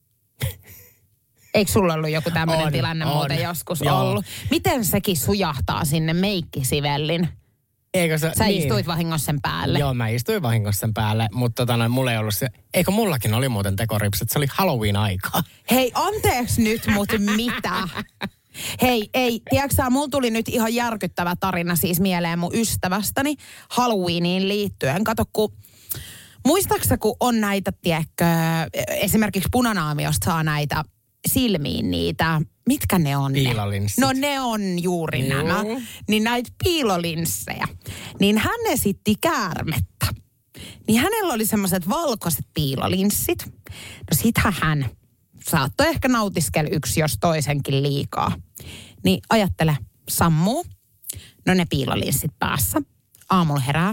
Eikö sulla ollut joku tämmöinen tilanne on. muuten joskus Joo. ollut? Miten sekin sujahtaa sinne meikkisivellin? Eikö se, Sä niin. istuit vahingossa sen päälle. Joo, mä istuin vahingossa sen päälle, mutta tota, mulla ei ollut se... Eikö mullakin oli muuten tekoripset? Se oli Halloween-aikaa. Hei, anteeksi nyt, mutta mitä? Hei, ei, tiedätkö sä, mulla tuli nyt ihan järkyttävä tarina siis mieleen mun ystävästäni Halloweeniin liittyen. Kato, kun muistaaksä, kun on näitä, tiedätkö, esimerkiksi Punanaamiosta saa näitä silmiin niitä, mitkä ne on? Piilolinssit. No ne on juuri Joo. nämä. Niin näitä piilolinssejä. Niin hän esitti käärmettä. Niin hänellä oli semmoiset valkoiset piilolinssit. No sitähän hän saattoi ehkä nautiskella yksi jos toisenkin liikaa. Niin ajattele, sammuu. No ne piilolinssit päässä. Aamulla herää.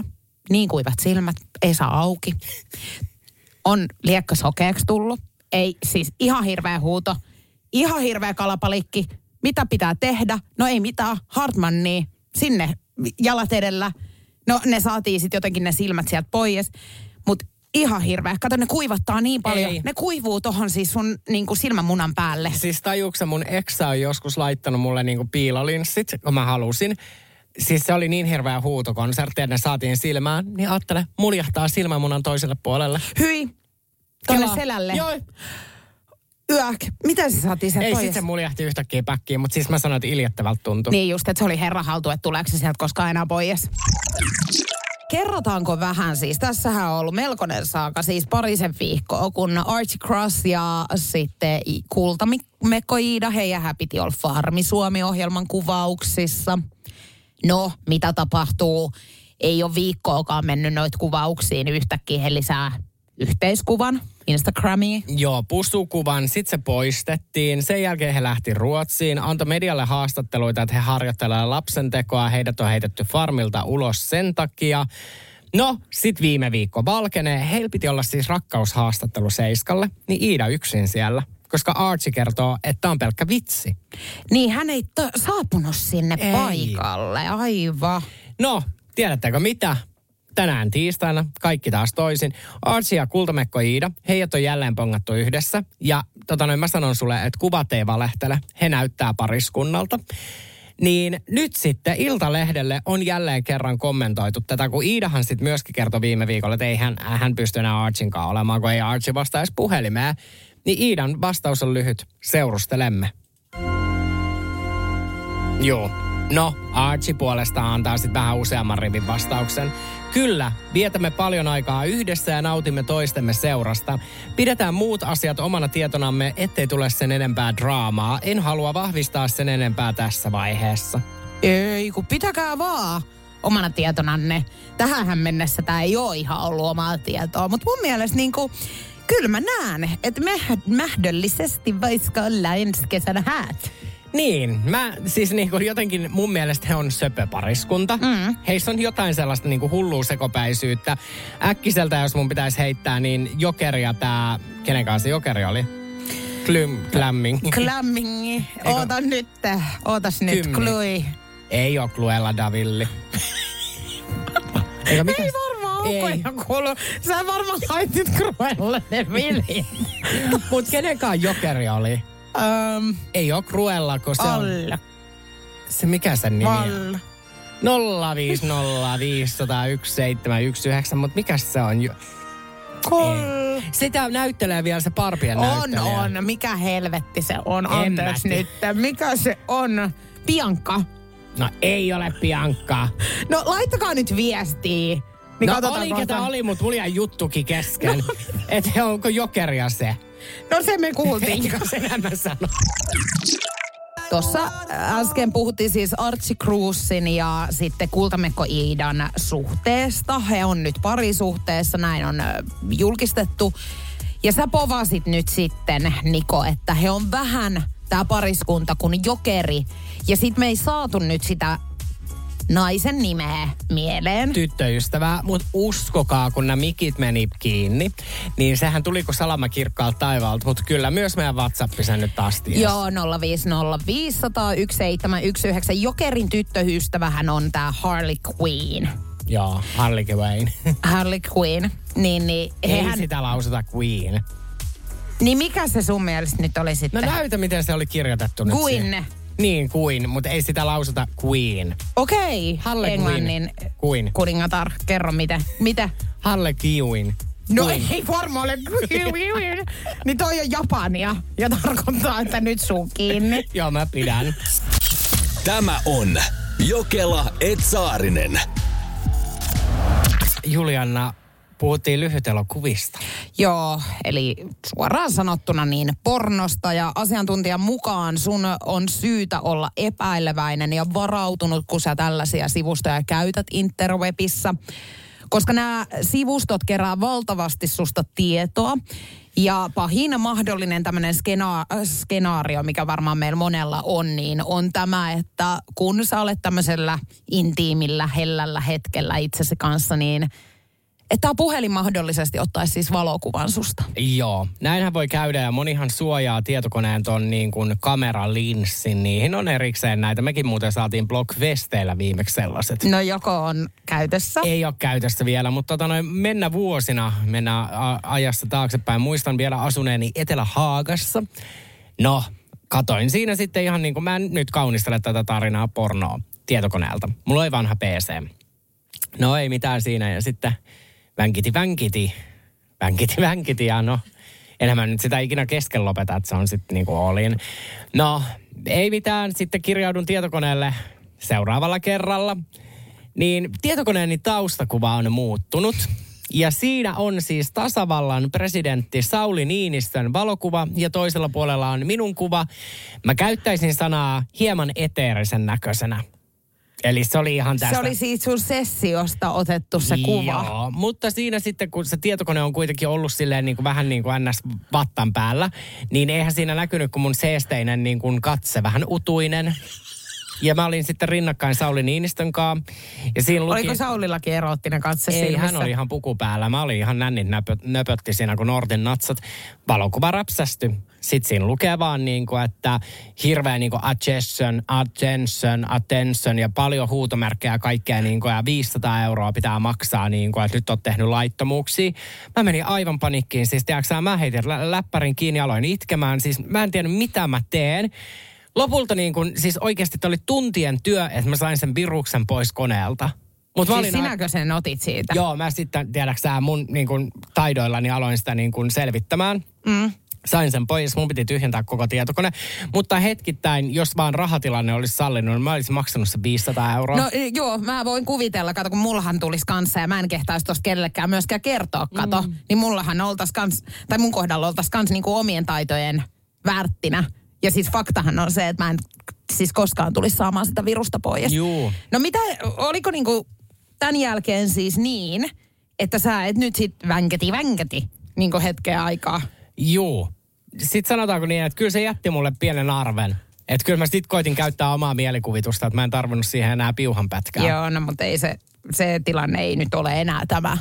niin kuivat silmät, ei saa auki. On liekka sokeaksi tullut. Ei, siis ihan hirveä huuto. Ihan hirveä kalapalikki. Mitä pitää tehdä? No ei mitään. Hartmannia sinne jalat edellä. No ne saatiin sitten jotenkin ne silmät sieltä pois. Mutta ihan hirveä. Kato, ne kuivattaa niin paljon. Ei. Ne kuivuu tohon siis sun niinku silmämunan päälle. Siis tajuuksa mun eksä on joskus laittanut mulle niinku piilolinssit, kun mä halusin. Siis se oli niin hirveä huutokonsertti, että ne saatiin silmään. Niin ajattele, muljahtaa silmämunan toiselle puolelle. Hyi. Tonne Kela. selälle. Joo. Yök. Miten se saatiin sen Ei, pois? sit se muljahti yhtäkkiä päkkiin, mutta siis mä sanoin, että iljettävältä tuntui. Niin just, että se oli herra haltu, että tuleeko se sieltä koskaan enää pois. Kerrotaanko vähän siis? Tässähän on ollut melkoinen saaka, siis parisen viikkoa, kun Archie Cross ja sitten Kultamekko Iida, heijähän piti olla Farmi Suomi-ohjelman kuvauksissa. No, mitä tapahtuu? Ei ole viikkoakaan mennyt noita kuvauksiin, yhtäkkiä he lisää yhteiskuvan Instagramiin. Joo, pussukuvan, sitten se poistettiin. Sen jälkeen he lähti Ruotsiin, antoi medialle haastatteluita, että he harjoittelevat lapsentekoa. Heidät on heitetty farmilta ulos sen takia. No, sitten viime viikko valkenee. Heillä piti olla siis rakkaushaastattelu Seiskalle, niin Iida yksin siellä. Koska Archie kertoo, että on pelkkä vitsi. Niin, hän ei to- saapunut sinne ei. paikalle, aivan. No, tiedättekö mitä? Tänään tiistaina, kaikki taas toisin. Archie ja Kultamekko Iida, heidät on jälleen pongattu yhdessä. Ja tota noin mä sanon sulle, että kuvat ei valehtele. He näyttää pariskunnalta. Niin nyt sitten Iltalehdelle on jälleen kerran kommentoitu tätä, kun Iidahan sitten myöskin kertoi viime viikolla, että ei hän, hän pysty enää Archin kanssa olemaan, kun ei Archie vastaa edes puhelimeen. Niin Iidan vastaus on lyhyt. Seurustelemme. Joo. No, Archie puolestaan antaa sitten vähän useamman rivin vastauksen. Kyllä, vietämme paljon aikaa yhdessä ja nautimme toistemme seurasta. Pidetään muut asiat omana tietonamme, ettei tule sen enempää draamaa. En halua vahvistaa sen enempää tässä vaiheessa. Ei, kun pitäkää vaan omana tietonanne. Tähänhän mennessä tämä ei ole ihan ollut omaa tietoa, mutta mun mielestä niinku, kyllä mä näen, että me mahdollisesti voisiko olla ensi kesänä häät. Niin, mä siis niinku jotenkin mun mielestä he on söpöpariskunta. Mm. Heissä on jotain sellaista niinku hullua sekopäisyyttä. Äkkiseltä, jos mun pitäisi heittää, niin Jokeria tää, kenen kanssa se Jokeri oli? Klym, Klamming. Klammingi. Oota nyt, ootas nyt, Kymni. Klui. Ei oo Kluella Davilli. Eikä mikä? Ei varmaan ole joku ollut. Sä varmaan laitit Cruella de Villi. Mut kenenkaan Jokeri oli? Um, Ei oo Cruella, kun se on... Alla. Se mikä sen nimi Val. on? nolla viisi nolla viisi nolla yksi seitsemän yksi yhdeksän, mutta mikä se on? Jo... Kol. Sitä näyttelee vielä se Barbien On, näyttelijä. on. Mikä helvetti se on? Anteeksi nyt. Mikä se on? Bianca. No ei ole Bianca. No laittakaa nyt viestiä. Niin no oli ketä oli, mutta mulla jäi juttukin kesken. No. Että onko Jokeria se? No se me kuultiin. Eikö sen mä sano? Tuossa äsken puhuttiin siis Archie Cruisin ja sitten Kultamekko Iidan suhteesta. He on nyt parisuhteessa, näin on julkistettu. Ja sä povasit nyt sitten, Niko, että he on vähän tää pariskunta kuin Jokeri. Ja sit me ei saatu nyt sitä naisen nimeä mieleen. Tyttöystävää, mutta uskokaa, kun nämä mikit meni kiinni, niin sehän tuli kuin salama kirkkaalta taivaalta, mutta kyllä myös meidän WhatsApp sen nyt taas ties. Joo, nolla viisi nolla viisi nolla nolla yksi seitsemän yksi yhdeksän. Jokerin tyttöystävähän on tää Harley Quinn. Joo, Harley Quinn. Harley Quinn. Niin, niin, Ei hehän... sitä lausuta Queen. Niin mikä se sun mielestä nyt oli sitten? No näytä, miten se oli kirjoitettu nyt. Queen. Niin, Queen, mutta ei sitä lausuta Queen. Okei. Okay. Harley Englannin Queen. kuningatar. Kerro mitä. Mitä? Harley Quinn. No Queen. Ei varmaan ole Queen. Niin toi on Japania. Ja tarkoittaa, että nyt suu kiinni. Joo, mä pidän. Tämä on Jokela et Saarinen. Julianna, puhuttiin lyhytelokuvista. Joo, eli suoraan sanottuna niin pornosta ja asiantuntijan mukaan sun on syytä olla epäileväinen ja varautunut, kun sä tällaisia sivustoja käytät interwebissa. Koska nämä sivustot kerää valtavasti susta tietoa. Ja pahin mahdollinen tämmöinen skena- skenaario, mikä varmaan meillä monella on, niin on tämä, että kun sä olet tämmöisellä intiimillä, hellällä hetkellä itsesi kanssa, niin että tämä puhelin mahdollisesti ottaisi siis valokuvan susta. Joo, näinhän voi käydä ja monihan suojaa tietokoneen ton niin kuin kameralinssin. Niihin on erikseen näitä. Mekin muuten saatiin Blockvesteillä viimeksi sellaiset. No joko on käytössä? Ei ole käytössä vielä, mutta tota noin, mennä vuosina, mennään a- ajassa taaksepäin. Muistan vielä asuneeni Etelä-Haagassa. No, katoin siinä sitten ihan niin kuin, mä en nyt kaunistele tätä tarinaa pornoa tietokoneelta. Mulla oli vanha P C. No ei mitään siinä ja sitten vänkiti, vänkiti, vänkiti, vänkiti ja no, enhän mä nyt sitä ikinä kesken lopeta, että se on sitten niin kuin olin. No, ei mitään, sitten kirjaudun tietokoneelle seuraavalla kerralla. Niin tietokoneeni taustakuva on muuttunut ja siinä on siis tasavallan presidentti Sauli Niinistön valokuva ja toisella puolella on minun kuva. Mä käyttäisin sanaa hieman eteerisen näköisenä. Eli se oli ihan tästä. Se oli siis sun sessiosta otettu se kuva. Joo, mutta siinä sitten, kun se tietokone on kuitenkin ollut silleen niin kuin vähän niin kuin ns. Vattan päällä, niin eihän siinä näkynyt kuin mun seesteinen niin kuin katse, vähän utuinen. Ja mä olin sitten rinnakkain Sauli Niinistön kanssa. Ja siinä luki... Oliko Saulillakin eroottinen katse Ei, silmissä? hän oli ihan puku päällä. Mä olin ihan nännit nöpö, nöpötti siinä, kun Nortin natsat. Valokuva räpsästy. Sitten siinä lukee vaan niin kuin, että hirveä niin kuin attention, attention, attention ja paljon huutomerkkejä ja kaikkea niin kuin, ja viisisataa euroa pitää maksaa niin kuin, että nyt oot tehnyt laittomuuksia. Mä menin aivan panikkiin. Siis tiedätkö, mä heitin lä- läppärin kiinni ja aloin itkemään. Siis mä en tiedä mitä mä teen. Lopulta niin kuin, siis oikeasti oli tuntien työ, että mä sain sen viruksen pois koneelta. Mut siis olin sinäkö sen otit siitä? Joo, mä sitten, tiedäksä, mun niin kuin, taidoillani aloin sitä niin kuin, selvittämään. Mm. Sain sen pois, mun piti tyhjentää koko tietokone. Mutta hetkittäin, jos vaan rahatilanne olisi sallinut, niin mä olisin maksanut se viisisataa euroa. No joo, mä voin kuvitella, kato kun mullahan tulisi kanssa ja mä en kehtaisi tuossa kellekään myöskään kertoa, kato. Mm. Niin mullahan oltais kans, tai mun kohdalla oltais kans niinku omien taitojen värttinä. Ja siis faktahan on se, että mä en siis koskaan tulisi saamaan sitä virusta pois. Juu. No mitä, oliko niinku tämän jälkeen siis niin, että sä et nyt sit vänketi vänketi niinku hetkeä aikaa? Juu. Sitten sanotaanko niin, että kyllä se jätti mulle pienen arven. Että kyllä mä sit koitin käyttää omaa mielikuvitusta, että mä en tarvinnut siihen enää piuhan pätkää. Joo, no mutta ei se, se tilanne ei nyt ole enää tämä.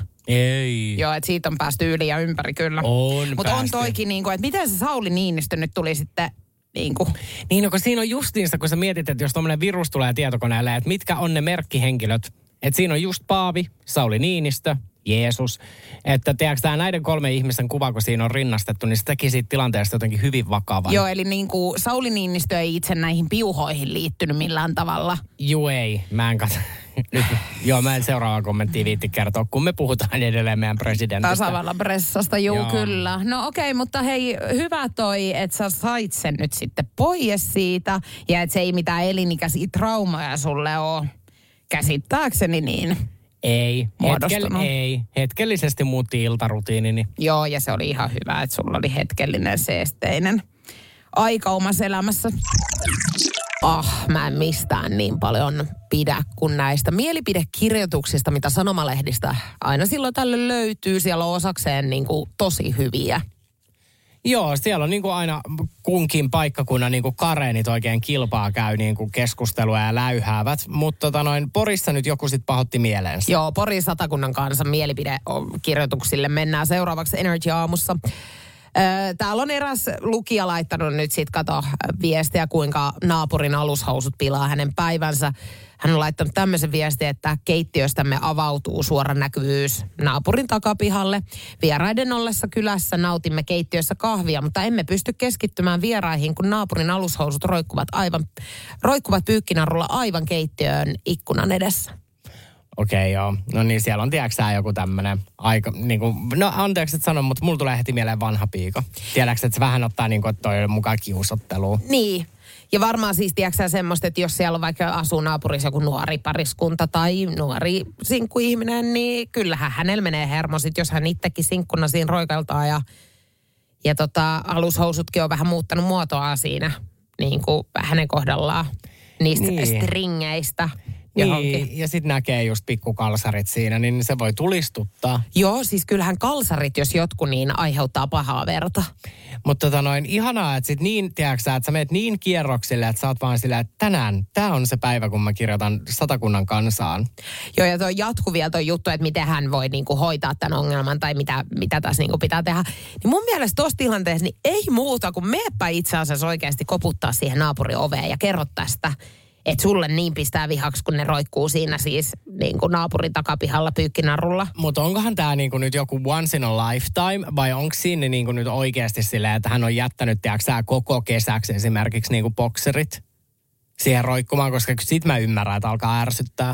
Ei. Joo, että siitä on päästy yli ja ympäri kyllä. On Mutta on toikin niin kuin, että miten se Sauli Niinistö nyt tuli sitten niin kuin. Niin, no kun siinä on justiinsa, kun sä mietit, että jos tommonen virus tulee tietokoneelle, että mitkä on ne merkkihenkilöt. Että siinä on just Paavi, Sauli Niinistö, Jeesus. Että tiedätkö tää näiden kolme ihmisen kuva, kun siinä on rinnastettu, niin se teki siitä tilanteesta jotenkin hyvin vakavan. Joo, eli niin kuin Sauli Niinistö ei itse näihin piuhoihin liittynyt millään tavalla. Juu ei, mä en katso. Nyt, joo, mä en seuraavaa kommenttia viitti kertoa, kun me puhutaan edelleen meidän presidentistä. Tasavallan pressasta, juu, joo. Kyllä. No okei, okay, mutta hei, hyvä toi, että sä sait sen nyt sitten pois siitä. Ja että se ei mitään elinikäisiä traumaja sulle ole käsittääkseni niin. Ei, hetkel, ei. Hetkellisesti muutti iltarutiinini. Joo, ja se oli ihan hyvä, että sulla oli hetkellinen seesteinen aika omassa elämässä. Ah, mä en mistään niin paljon pidä kuin näistä mielipidekirjoituksista, mitä sanomalehdistä aina silloin tällöin löytyy. Siellä on osakseen niin kuin tosi hyviä. Joo, siellä on niin kuin aina kunkin paikkakunnan niin kuin kareenit oikein kilpaa käy niin kuin keskustelua ja läyhäävät. Mutta tota noin, Porissa nyt joku sitten pahoitti mieleensä. Joo, Porin Satakunnan kansan mielipidekirjoituksille mennään seuraavaksi Energy Aamussa. Täällä on eräs lukija laittanut nyt sit kato viestiä, kuinka naapurin alushousut pilaa hänen päivänsä. Hän on laittanut tämmöisen viestin, että keittiöstämme avautuu suora näkyvyys naapurin takapihalle. Vieraiden ollessa kylässä nautimme keittiössä kahvia, mutta emme pysty keskittymään vieraihin, kun naapurin alushousut roikkuvat, aivan, roikkuvat pyykkinarrulla aivan keittiön ikkunan edessä. Okei, okay, joo. No niin, siellä on, tiedätkö joku tämmöinen aika, niin kuin, no anteeksi, että sanon, mutta mulla tulee heti mieleen vanha piika. Tiedätkö, että se vähän ottaa niin kuin, että toi on mukaan kiusottelua. Niin. Ja varmaan siis, tiedätkö semmoista, että jos siellä on vaikka asuu naapurissa joku nuori pariskunta tai nuori sinkkuihminen, niin kyllähän hänellä menee hermo sit, jos hän itsekin sinkkuna siinä roikeltaa. Ja, ja tota, alushousutkin on vähän muuttanut muotoa siinä, niin kuin hänen kohdallaan niistä niin. stringeistä. johonkin. Niin, ja sitten näkee just pikkukalsarit siinä, niin se voi tulistuttaa. Joo, siis kyllähän kalsarit, jos jotkut, niin aiheuttaa pahaa verta. Mutta tota noin, ihanaa, että sit niin, tiedätkö sä, että sä menet niin kierroksille, että sä oot vaan silleen, että tänään, tää on se päivä, kun mä kirjoitan Satakunnan kansaan. Joo, ja toi jatkuu vielä toi juttu, että miten hän voi niinku hoitaa tämän ongelman tai mitä, mitä tässä niinku pitää tehdä. Niin mun mielestä tuossa tilanteessa niin ei muuta kuin meepä itse asiassa oikeasti koputtaa siihen naapurin oveen ja kerro tästä, että sulle niin pistää vihaksi, kun ne roikkuu siinä siis niin kuin naapurin takapihalla pyykkinarrulla. Mutta onkohan tämä niinku nyt joku once in a lifetime, vai onko siinä niinku nyt oikeasti silleen, että hän on jättänyt, tiedätkö sä, koko kesäksi esimerkiksi niinku bokserit siihen roikkumaan, koska sit mä ymmärrän, että alkaa ärsyttää.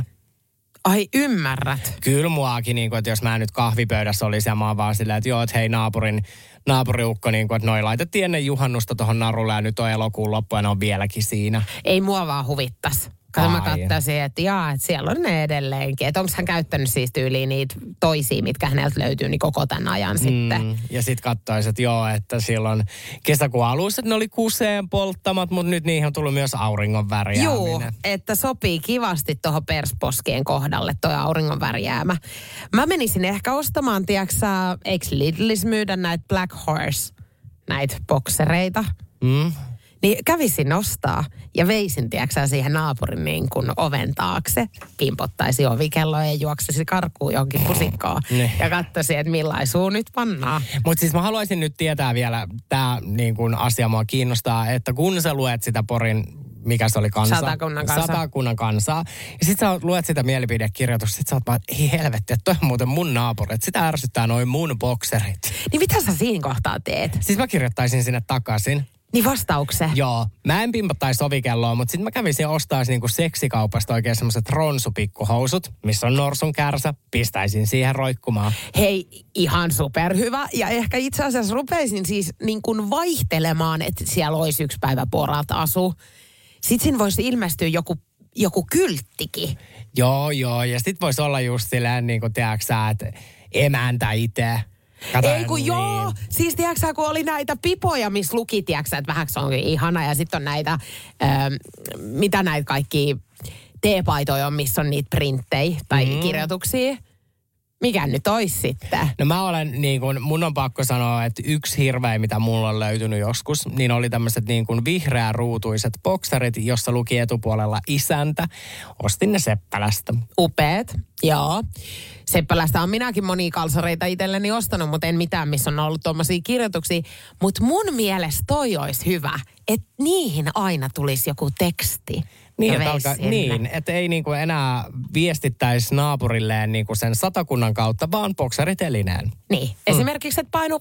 Ai ymmärrät? Kyllä muakin, niin kuin, että jos mä nyt kahvipöydässä olisin ja mä oon vaan silleen, että joo, että hei naapurin, naapuriukko, niin kuin, että noi laitettiin ennen juhannusta tuohon narulle ja nyt on elokuun loppu ja ne on vieläkin siinä. Ei mua vaan huvittas. Kato mä kattaisin, että jaa, että siellä on ne edelleenkin. Että onko hän käyttänyt siis tyyliin niitä toisia, mitkä häneltä löytyy, niin koko tämän ajan mm, sitten. Ja sit katsoisin, että joo, että silloin kesäkuun alussa ne oli kuseen polttamat, mutta nyt niihin on tullut myös auringon värjääminen. Joo, että sopii kivasti tuohon persposkien kohdalle toi auringon värjäämä. Mä menisin ehkä ostamaan, tiedätkö sä, eikö Lidlis myydä näitä Black Horse, näitä boksereita? Mm. Niin kävisin ostaa ja veisin, tiedätkö siihen naapurin niin kuin oven taakse. Pimpottaisi ovikelloa ja juoksisi karkuun johonkin pusikkoon. Ne. Ja katsoisin, että millaisuu nyt pannaan. Mutta siis mä haluaisin nyt tietää vielä, tämä niin kuin asia mua kiinnostaa, että kun sä luet sitä Porin, mikä se oli kansa? Satakunnan kansa. Satakunnan kansaa. Ja sit sä luet sitä mielipidekirjoitusta, sit sä oot vaan, ei helvetti, että toi on muuten mun naapuri. Että sitä ärsyttää noin mun bokserit. Niin mitä sä siinä kohtaa teet? Siis mä kirjoittaisin sinne takaisin. Niin vastaukse. Joo. Mä en pimpottaisi sovikelloa, mutta sitten mä kävisin ostaisin niinku seksikaupasta oikein semmoiset ronsupikkuhousut, missä on norsun kärsä. Pistäisin siihen roikkumaan. Hei, ihan superhyvä. Ja ehkä itse asiassa rupeisin siis niin kuin vaihtelemaan, että siellä olisi yksi päivä porat asu. Sitten siinä voisi ilmestyä joku, joku kylttikin. Joo, joo. Ja sitten voisi olla just silleen, niin kuin tiedätkö sä, että emäntä itse. Kato, ei kun niin. joo, siis tiedätkö kun oli näitä pipoja, missä luki, tiedätkö että vähäksi onkin ihana. Ja sitten on näitä, ähm, mitä näitä kaikki teepaitoja on, missä on niitä printtejä tai mm. kirjoituksia. Mikä nyt ois sitten? No mä olen niin kuin, mun on pakko sanoa, että yksi hirveä, mitä mulla on löytynyt joskus, niin oli tämmöiset niin kuin vihreä ruutuiset bokserit, jossa luki etupuolella isäntä. Ostin ne Seppälästä. Upeet, joo. Seppälästä on minäkin monia kalsareita itselleni ostanut, mutta en mitään, missä on ollut tuommoisia kirjoituksia. Mutta mun mielestä toi olisi hyvä, että niihin aina tulisi joku teksti. Niin, että alkaa, niin, että ei niinku enää viestittäisi naapurilleen niinku sen Satakunnan kautta, vaan bokseritelineen. Niin, mm. esimerkiksi, että painu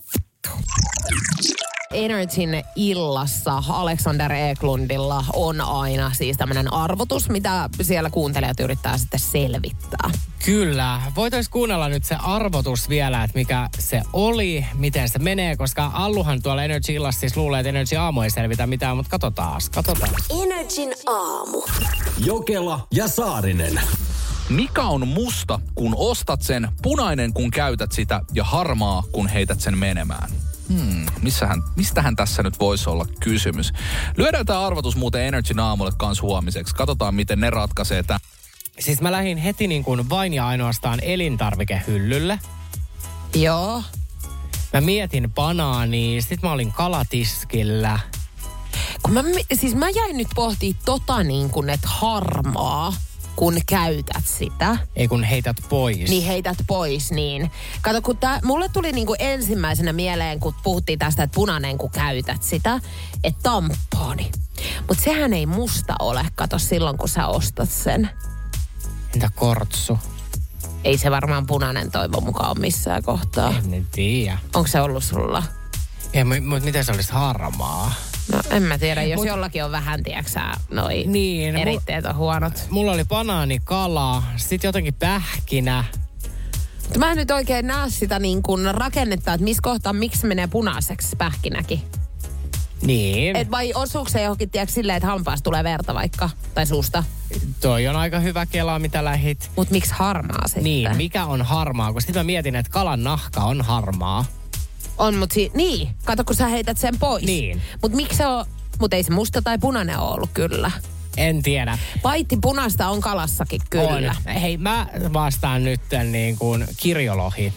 Energyn illassa Alexander Eklundilla on aina siis tämmöinen arvotus, mitä siellä kuuntelijat yrittää sitten selvittää. Kyllä. Voitaisiin kuunnella nyt se arvotus vielä, että mikä se oli, miten se menee, koska Alluhan tuolla Energy illassa siis luulee, että Energy aamu ei selvitä mitään, mutta katsotaan, katsotaan. Energin aamu. Jokela ja Saarinen. Mikä on musta, kun ostat sen, punainen, kun käytät sitä ja harmaa, kun heität sen menemään? Hmm, missähän, mistähän tässä nyt voisi olla kysymys? Lyödään tämä arvotus muuten Energyn aamulle kans huomiseksi. Katsotaan, miten ne ratkaisee tämän. Siis mä lähdin heti niin kuin vain ja ainoastaan elintarvikehyllylle. Joo. Mä mietin banaania, sit mä olin kalatiskillä. Kun mä, siis mä jäin nyt pohtimaan tota niin kuin, että harmaa, kun käytät sitä. Ei kun heität pois. Niin heität pois, niin. Kato, kun tää, mulle tuli niinku ensimmäisenä mieleen, kun puhuttiin tästä, että punainen, kun käytät sitä, että tamponi. Mutta sehän ei musta ole, kato, silloin kun sä ostat sen. Entä kortsu? Ei se varmaan punainen toivon mukaan ole missään kohtaa. En tiedä. Onko se ollut sulla? Ei, mutta miten se olisi harmaa? No en mä tiedä, jos Mut, jollakin on vähän, tiiäksä, noi niin, eritteet on huonot. Mulla oli banaani, kala, sit jotenkin pähkinä. Mutta mä en nyt oikein näe sitä niin kuin rakennetta, että missä kohtaa, miksi menee punaiseksi pähkinäkin. Niin. Et vai osuuko se johonkin, tiedätkö, silleen, että hampaasta tulee verta vaikka, tai suusta? Toi on aika hyvä kela, mitä lähit. Mut miksi harmaa sitten? Niin, mikä on harmaa? Kun sit mä mietin, että kalan nahka on harmaa. On, mutta si- niin. Kato, kun sä heität sen pois. Niin. Mut miksi se on, mut ei se musta tai punainen ole ollut kyllä. En tiedä. Paitti punasta on kalassakin kyllä. On. Hei, mä vastaan nyt niin kuin kirjolohi.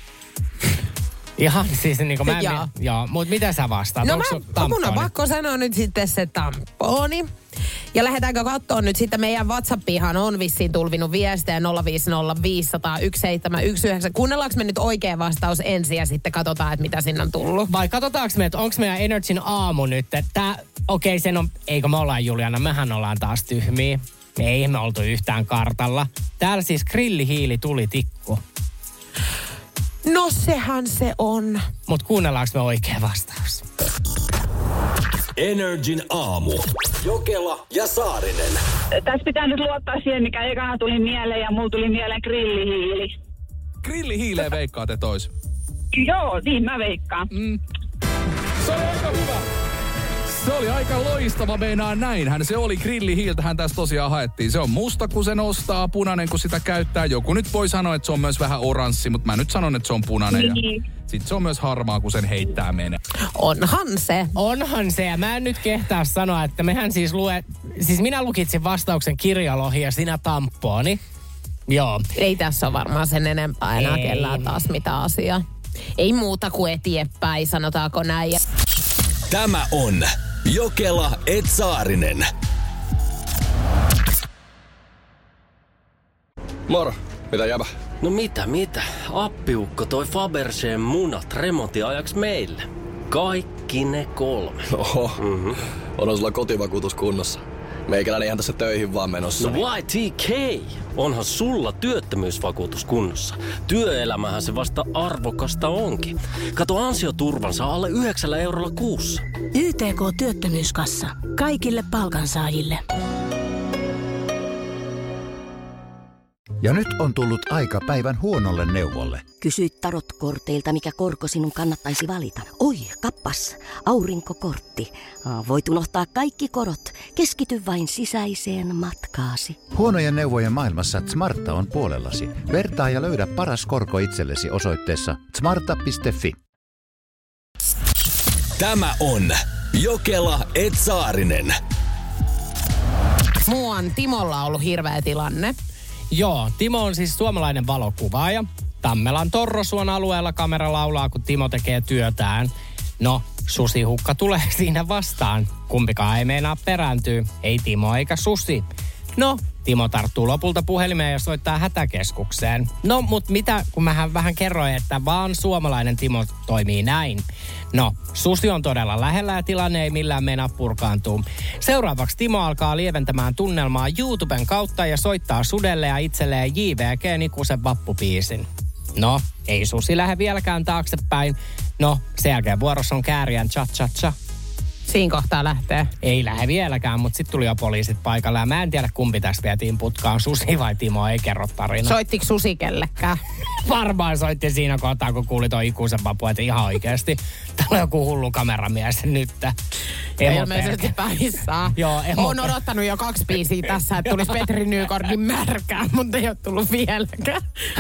Ihan siis niin kuin mä en... Joo. Joo, mutta mitä sä vastaat? No Onko mä, mun on pakko sanoa nyt sitten se tamponi. Ja lähdetäänkö katsoa nyt sitten meidän WhatsAppihan on vissiin tulvinut viestejä nolla viisi nolla viisi nolla nolla yksi seitsemän yksi yhdeksän. Kuunnellaanko me nyt oikea vastaus ensin ja sitten katsotaan, että mitä sinne on tullut? Vai katsotaanko me, että onko meidän Energyn aamu nyt, että okei okay, sen on, eikö me ollaan Juliana, mehän ollaan taas tyhmiä. Ei me oltu yhtään kartalla. Täällä siis grillihiili tuli tikku. No sehän se on. Mut kuunnellaanko me oikea vastaus? Energin aamu. Jokela ja Saarinen. Tässä pitää nyt luottaa siihen, mikä ekana tuli mieleen ja mulla tuli mieleen grillihiili. Grillihiileen veikkaatte tois. Joo, niin mä veikkaan. Mm. Se oli aika hyvä. Se oli aika loistava, meinaa näinhän. Se oli grillihiiltähän tässä tosiaan haettiin. Se on musta, kun se nostaa, punainen, kun sitä käyttää. Joku nyt voi sanoa, että se on myös vähän oranssi, mutta mä nyt sanon, että se on punainen. Niin. Ja sitten se on myös harmaa, kun sen heittää menee. Onhan se. Onhan se, ja mä en nyt kehtaa sanoa, että mehän siis lue... Siis minä lukitsin vastauksen kirjalohi ja sinä tamponi. Joo. Ei tässä ole varmaan sen enempää enää Ei. kellään taas mitä asiaa. Ei muuta kuin eteenpäin, sanotaanko näin. Tämä on Jokela et Saarinen. Moro, mitä jäbä? No mitä, mitä? Appiukko toi Faberseen munat remontiajaksi meille. Kaikki ne kolme. Oho, mm-hmm. Onhan sulla kotivakuutus kunnossa. Meikäläinen ihan tässä töihin vaan menossa. No Y T K, onhan sulla työttömyysvakuutus kunnossa. Työelämähän se vasta arvokasta onkin. Kato ansioturvansa alle yhdeksällä eurolla kuussa. Y T K-työttömyyskassa. Kaikille palkansaajille. Ja nyt on tullut aika päivän huonolle neuvolle. Kysy tarotkorteilta, mikä korko sinun kannattaisi valita. Oi, kappas, aurinkokortti. Voit unohtaa kaikki korot. Keskity vain sisäiseen matkaasi. Huonojen neuvojen maailmassa Smarta on puolellasi. Vertaa ja löydä paras korko itsellesi osoitteessa smarta piste fi. Tämä on Jokela et Saarinen. Muuan Timolla on ollut hirveä tilanne. Joo, Timo on siis suomalainen valokuvaaja. Tammelan Torrosuon alueella kamera laulaa, kun Timo tekee työtään. No, susihukka tulee siinä vastaan. Kumpikaan ei meinaa perääntyä. Ei Timo eikä susi. No, Timo tarttuu lopulta puhelimeen ja soittaa hätäkeskukseen. No, mutta mitä, kun mähän vähän kerroin, että vaan suomalainen Timo toimii näin. No, susi on todella lähellä ja tilanne ei millään meinaa purkaantua. Seuraavaksi Timo alkaa lieventämään tunnelmaa YouTuben kautta ja soittaa sudelle ja itselleen J V G-Nikusen vappupiisin. No, ei susi lähde vieläkään taaksepäin. No, sen jälkeen vuorossa on Kääriän cha-cha-cha. Siinä kohtaa lähtee. Ei lähde vieläkään, mutta sitten tuli jo poliisit paikalle. Ja mä en tiedä, kumpi tästä vietiin putkaan, Susi vai Timo, ei kerro tarina. Soittiko Susi kellekään? Varmaan soitti siinä kohtaa, kun kuuli toi ikuisen vapu, että ihan oikeasti. Täällä on joku hullu kameramies nyt. Ilmeisesti päissään. Joo, Mä oon odottanut jo kaksi biisiä tässä, että tulisi Petri Nykordin märkää, mutta ei ole tullut vieläkään.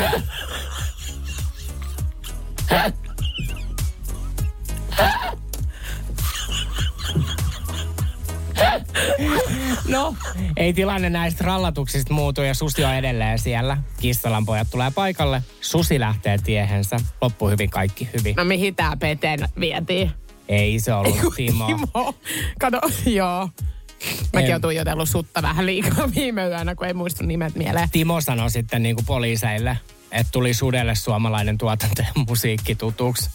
No, ei tilanne näistä rallatuksista muutu ja Susi on edelleen siellä. Kissalan pojat tulee paikalle. Susi lähtee tiehensä. Loppu hyvin, kaikki hyvin. No mihin tää Peten vietiin? Ei se ollut Eiku, Timo. Timo. Kato, joo. Mäkin oon tuijotellut sutta vähän liikaa viime yönä, kun ei muistu nimet mieleen. Timo sanoi sitten niin kuin poliiseille, että tuli sudelle suomalainen tuotanto ja musiikki tutuksi.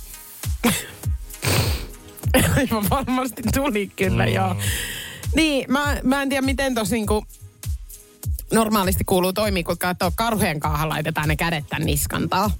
Aivan varmasti tuli kyllä, mm. joo. Niin, mä, mä en tiedä miten tossa niinku normaalisti kuuluu toimia, kun katsoo karhujen kaahan laitetaan ne kädet tän niskantaan.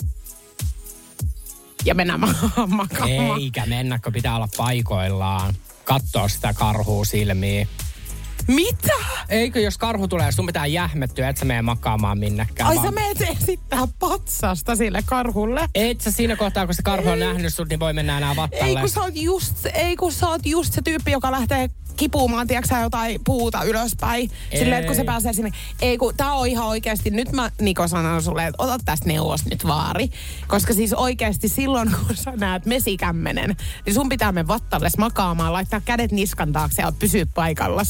Ja mennään ma- makaamaan. Eikä mennä, kun pitää olla paikoillaan. Kattoo sitä karhua silmiin. Mitä? Eikö, jos karhu tulee, sun pitää jähmettyä, et sä mene makaamaan minnekään. Ai vaan... sä meet esittää patsasta sille karhulle? Et sä siinä kohtaa, kun se karhu on nähnyt sut, niin voi mennä enää vattalle. Ei kun sä oot just, ei kun sä oot just se tyyppi, joka lähtee kipuumaan, tiedätkö sä, jotain puuta ylöspäin. Ei. Silleen, että kun se pääsee sinne. Ei kun tää on ihan oikeasti, nyt mä Niko sanon sulle, että ota tästä neuvos nyt vaari. Koska siis oikeasti silloin, kun sä näet mesikämmenen, niin sun pitää mennä vattalles makaamaan, laittaa kädet niskan taakse ja pysyä paikallas.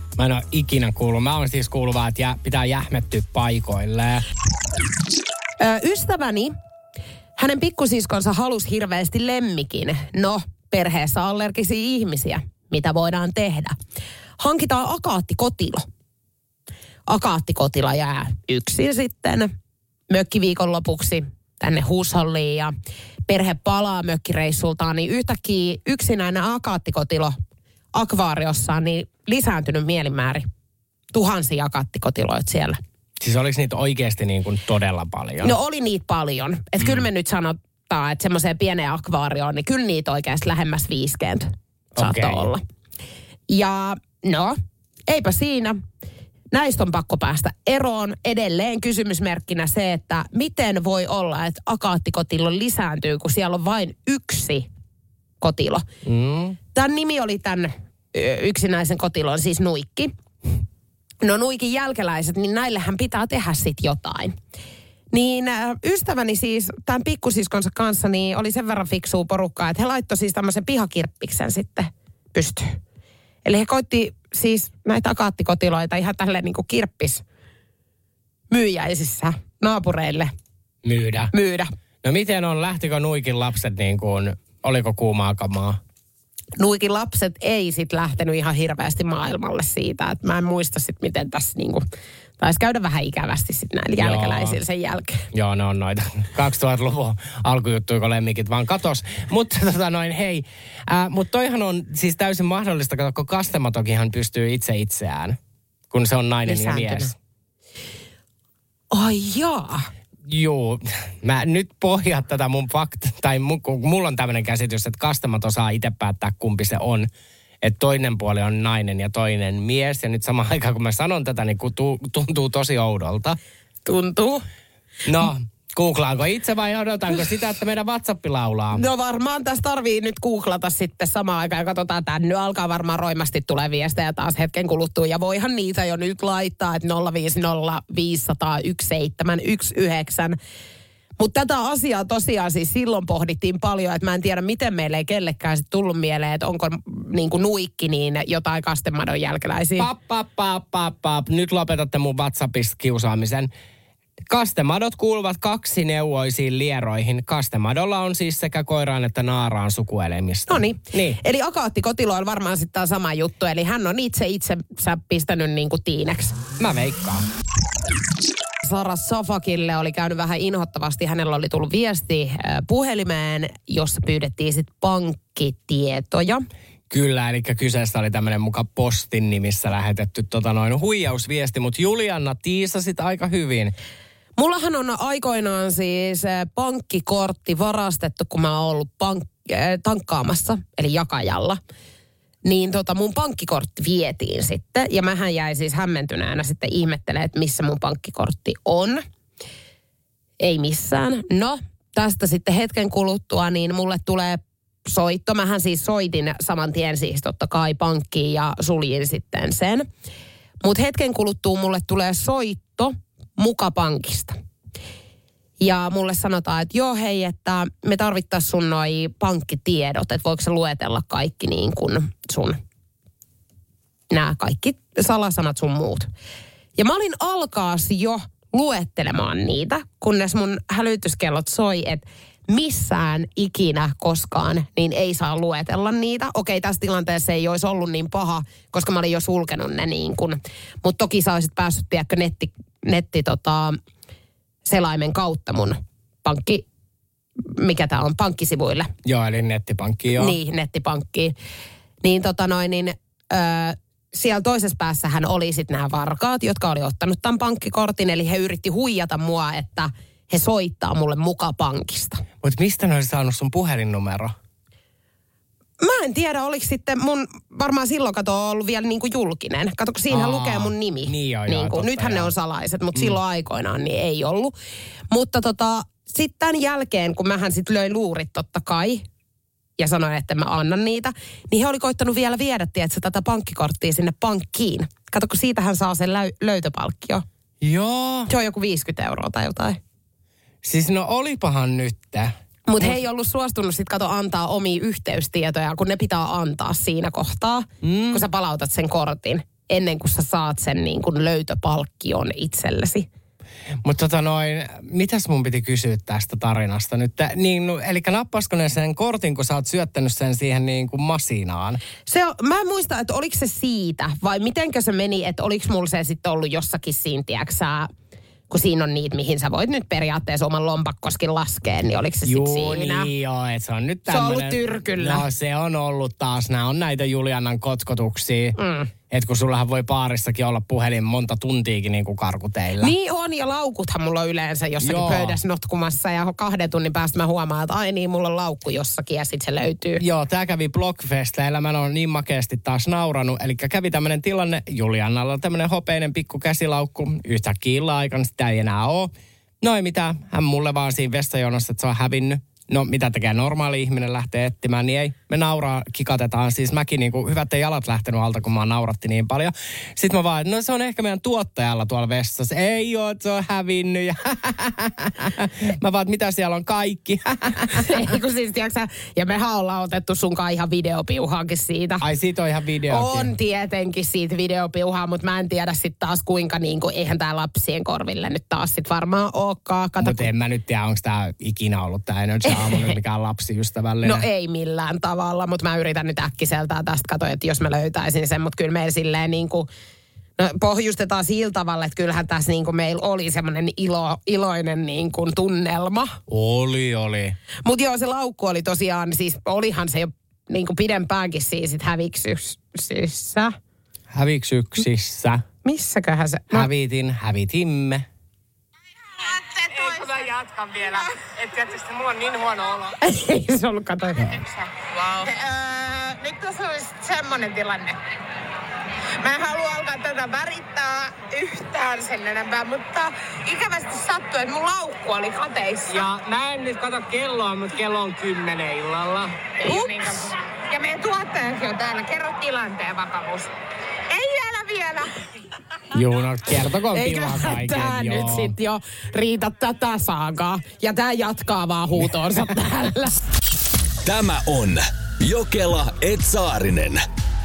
Mä en ole ikinä kuullut. Mä oon siis kuullut vaan, että jä, pitää jähmettyä paikoilleen. Ö, ystäväni, hänen pikkusiskonsa halusi hirveästi lemmikin. No, perheessä allergisia ihmisiä. Mitä voidaan tehdä? Hankitaan akaattikotilo. Akaattikotila jää yksin sitten mökkiviikon lopuksi tänne huusholliin ja perhe palaa mökkireissultaan, niin yhtäkkiä yksinäinen akaattikotilo akvaariossaan niin lisääntynyt mielimääri. Tuhansia akaatikotiloita siellä. Siis oliko niitä oikeasti niin kuin todella paljon? No oli niitä paljon. Että mm. kyllä me nyt sanotaan, että semmoiseen pieneen akvaarioon, niin kyllä niitä oikeasti lähemmäs viisikymmentä saattoi okay. olla. Ja no, eipä siinä. Näistä on pakko päästä eroon. Edelleen kysymysmerkkinä se, että miten voi olla, että akaattikotilo lisääntyy, kun siellä on vain yksi kotilo. Mm. Tämän nimi oli tämän yksinäisen kotilon, siis Nuikki. No Nuikin jälkeläiset, niin näillehän pitää tehdä sitten jotain. Niin äh, ystäväni siis tämän pikkusiskonsa kanssa niin oli sen verran fiksua porukkaa, että he laittoi siis tämmöisen pihakirppiksen sitten pystyyn. Eli he koitti siis näitä akaattikotiloita ihan tälleen niin kuin kirppis myyjäisissä naapureille myydä. myydä. No miten on, lähtikö Nuikin lapset niin kuin, oliko kuumaa kamaa? Nuikin lapset ei sit lähtenyt ihan hirveästi maailmalle siitä, että mä en muista sit miten tässä niinku, taisi käydä vähän ikävästi sit näillä jälkeläisillä sen jälkeen. Joo, ne on noita kaksituhattaluvun alkujuttuja, kun lemmikit vaan katos. Mutta tota noin, hei, äh, mutta toihan on siis täysin mahdollista, kun kastematokinhan pystyy itse itseään, kun se on nainen ja mies. Ai jaa. Joo, mä nyt pohjaan tätä mun fakta, tai mun, mulla on tämmöinen käsitys, että kastemat osaa itse päättää kumpi se on. Että toinen puoli on nainen ja toinen mies. Ja nyt samaan aikaan kun mä sanon tätä, niin tuntuu, tuntuu tosi oudolta. Tuntuu. No, googlaanko itse vai odotanko sitä, että meidän WhatsApp laulaa? No varmaan tässä tarvii nyt googlata sitten samaan aikaan ja katsotaan tänne. Nyt alkaa varmaan roimasti tulee viestejä taas hetken kuluttua. Ja voihan niitä jo nyt laittaa, että nolla viisi nolla viisi nolla nolla yksi seitsemän yksi yhdeksän. Mutta tätä asiaa tosiaan siis silloin pohdittiin paljon, että mä en tiedä miten meille ei kellekään sit tullut mieleen, että onko niin kuin Nuikki niin jotain kastemadon jälkeläisiä. Pap, pap, pap, pap, pap. Nyt lopetatte mun WhatsAppista kiusaamisen. Kastemadot kuuluvat kaksineuvoisiin lieroihin. Kastemadolla on siis sekä koiraan että naaraan sukuelimistä. No niin. Eli akaattikotilo on varmaan sitten tämä sama juttu. Eli hän on itse itsensä pistänyt niin kuin tiineksi. Mä veikkaan. Sara Safakille oli käynyt vähän inhottavasti. Hänellä oli tullut viesti puhelimeen, jossa pyydettiin sitten pankkitietoja. Kyllä, eli kyseessä oli tämmöinen muka postin nimissä lähetetty tota noin huijausviesti, mutta Julianna tiisasit aika hyvin. Mullahan on aikoinaan siis pankkikortti varastettu, kun mä oon ollut pank- tankkaamassa, eli jakajalla. Niin tota mun pankkikortti vietiin sitten, ja mähän jäin siis hämmentyneenä sitten ihmettelemään, että missä mun pankkikortti on. Ei missään. No, tästä sitten hetken kuluttua, niin mulle tulee soitto. Mähän siis soitin saman tien siis totta kai pankkiin ja suljin sitten sen. Mutta hetken kuluttua mulle tulee soitto muka pankista. Ja mulle sanotaan, että joo hei, että me tarvittaisiin sun noi pankkitiedot, että voiko sä luetella kaikki niin kuin sun, nämä kaikki salasanat sun muut. Ja mä olin alkaas jo luettelemaan niitä, kunnes mun hälytyskellot soi, että missään ikinä koskaan niin ei saa luetella niitä. Okei, tässä tilanteessa ei olisi ollut niin paha, koska mä olin jo sulkenut ne niin kuin. Mutta toki sä olisit päässyt, tiedätkö, netti, netti tota, selaimen kautta mun pankki, mikä tää on, pankkisivuille. Joo, eli nettipankki, joo. Niin, nettipankki. Niin tota noin, niin öö, siellä toisessa päässähän oli sitten nämä varkaat, jotka oli ottanut tämän pankkikortin, eli he yritti huijata mua, että he soittaa mulle muka pankista. Mutta mistä ne olisi saanut sun puhelinnumero? Mä en tiedä, oliko sitten mun, varmaan silloin kato ollut vielä niin kuin julkinen. Kato, kun siinä lukee mun nimi. Niin joo, niin joo, totta, nythän joo. Ne on salaiset, mutta mm. silloin aikoinaan niin ei ollut. Mutta tota, sitten tämän jälkeen, kun mähän sitten löin luurit totta kai, ja sanoin, että mä annan niitä, niin he oli koittanut vielä viedä, tiedätkö, tätä pankkikorttia sinne pankkiin. Kato, kun siitähän saa sen löy- löytöpalkkio. Joo. Se on joku viisikymmentä euroa tai jotain. Siis no olipahan nyt. Mutta he ei ollut suostunut sit kato antaa omia yhteystietoja, kun ne pitää antaa siinä kohtaa, mm. kun sä palautat sen kortin. ennen kuin sä saat sen niin kuin löytöpalkkion itsellesi. Mutta tota noin, mitäs mun piti kysyä tästä tarinasta nyt? Niin, no, eli nappasko ne sen kortin, kun sä oot syöttänyt sen siihen niin kuin masinaan? Se on, mä en muista, että oliko se siitä vai mitenkö se meni, että oliko mulla se sitten ollut jossakin siinä, tiiäksä, kun siinä on niitä, mihin sä voit nyt periaatteessa oman lompakkoskin laskea, niin oliko se sitten siinä? Joo, niin joo, että se on nyt tämmönen... Se on ollut tyrkyllä. No se on ollut taas, nämä on näitä Juliannan kotkotuksia. Mm. Että kun sullahan voi baarissakin olla puhelin monta tuntiikin niin kuin karkuteilla. Niin on, ja laukuthan mulla on yleensä jossakin Joo. pöydässä notkumassa, ja kahden tunnin päästä mä huomaan, että ai niin, mulla on laukku jossakin, ja sit se löytyy. Joo, tää kävi Blockfesteillä, mä oon niin makeasti taas nauranut. Eli kävi tämmönen tilanne, Juliannalla on tämmönen hopeinen pikku käsilaukku, yhtäkkiä illan aikana sitä ei enää oo. No ei mitään, hän mulle vaan siinä vessajonossa, että se on hävinnyt. No mitä tekee normaali ihminen, lähtee etsimään, niin ei. Me nauraa, kikatetaan. Siis mäkin niin kuin, hyvät ei jalat lähtenyt alta, kun mä nauratti niin paljon. Sitten mä vaan, no se on ehkä meidän tuottajalla tuolla vessassa. Ei oo, se on hävinnyt. Ja mä vaan, mitä siellä on kaikki. Ei kun siis, tiiäksä, ja mehän ollaan otettu sunkaan ihan videopiuhaakin siitä. Ai siitä on ihan videokin. On tietenkin siitä videopiuhaa, mutta mä en tiedä sitten taas kuinka niin kuin, eihän tää lapsien korville nyt taas sit varmaan olekaan. Mutta kun... en mä nyt tiedä, onko tää ikinä ollut tää Energy Aamu nyt mikään lapsiystävällinen. No ei millään tavalla, mutta mä yritän nyt äkkiseltään tästä katsoa, että jos mä löytäisin sen, mutta kyllä meillä silleen niin kuin, no pohjustetaan sillä tavalla, että kyllähän tässä niin kuin meillä oli semmoinen ilo, iloinen niin kuin tunnelma. Oli, oli. Mutta joo, se laukku oli tosiaan, siis olihan se jo niin kuin pidempäänkin siis sit häviksyksissä. Häviksyksissä. Missäköhän se? No. Hävitin, hävitimme. Ei, kun mä jatkan vielä. Että tietysti mulla on niin huono olo. Ei se ollut, kato. Wow. Öö, nyt tässä olisi semmonen tilanne. Mä en halua alkaa tätä värittää yhtään sen enempää, mutta ikävästi sattuu, että mun laukku oli kateissa. Ja mä en nyt kato kelloa, mutta kello on kymmenen illalla. Ups. Ja meidän tuottajakin on täällä. Kerro tilanteen vakavuus. Ei vielä vielä. Juu, no kertokoon pilaa kaiken. Tää joo. nyt sit jo riitä tätä saagaa. Ja tää jatkaa vaan huutoonsa täällä. Tämä on Jokela et Saarinen.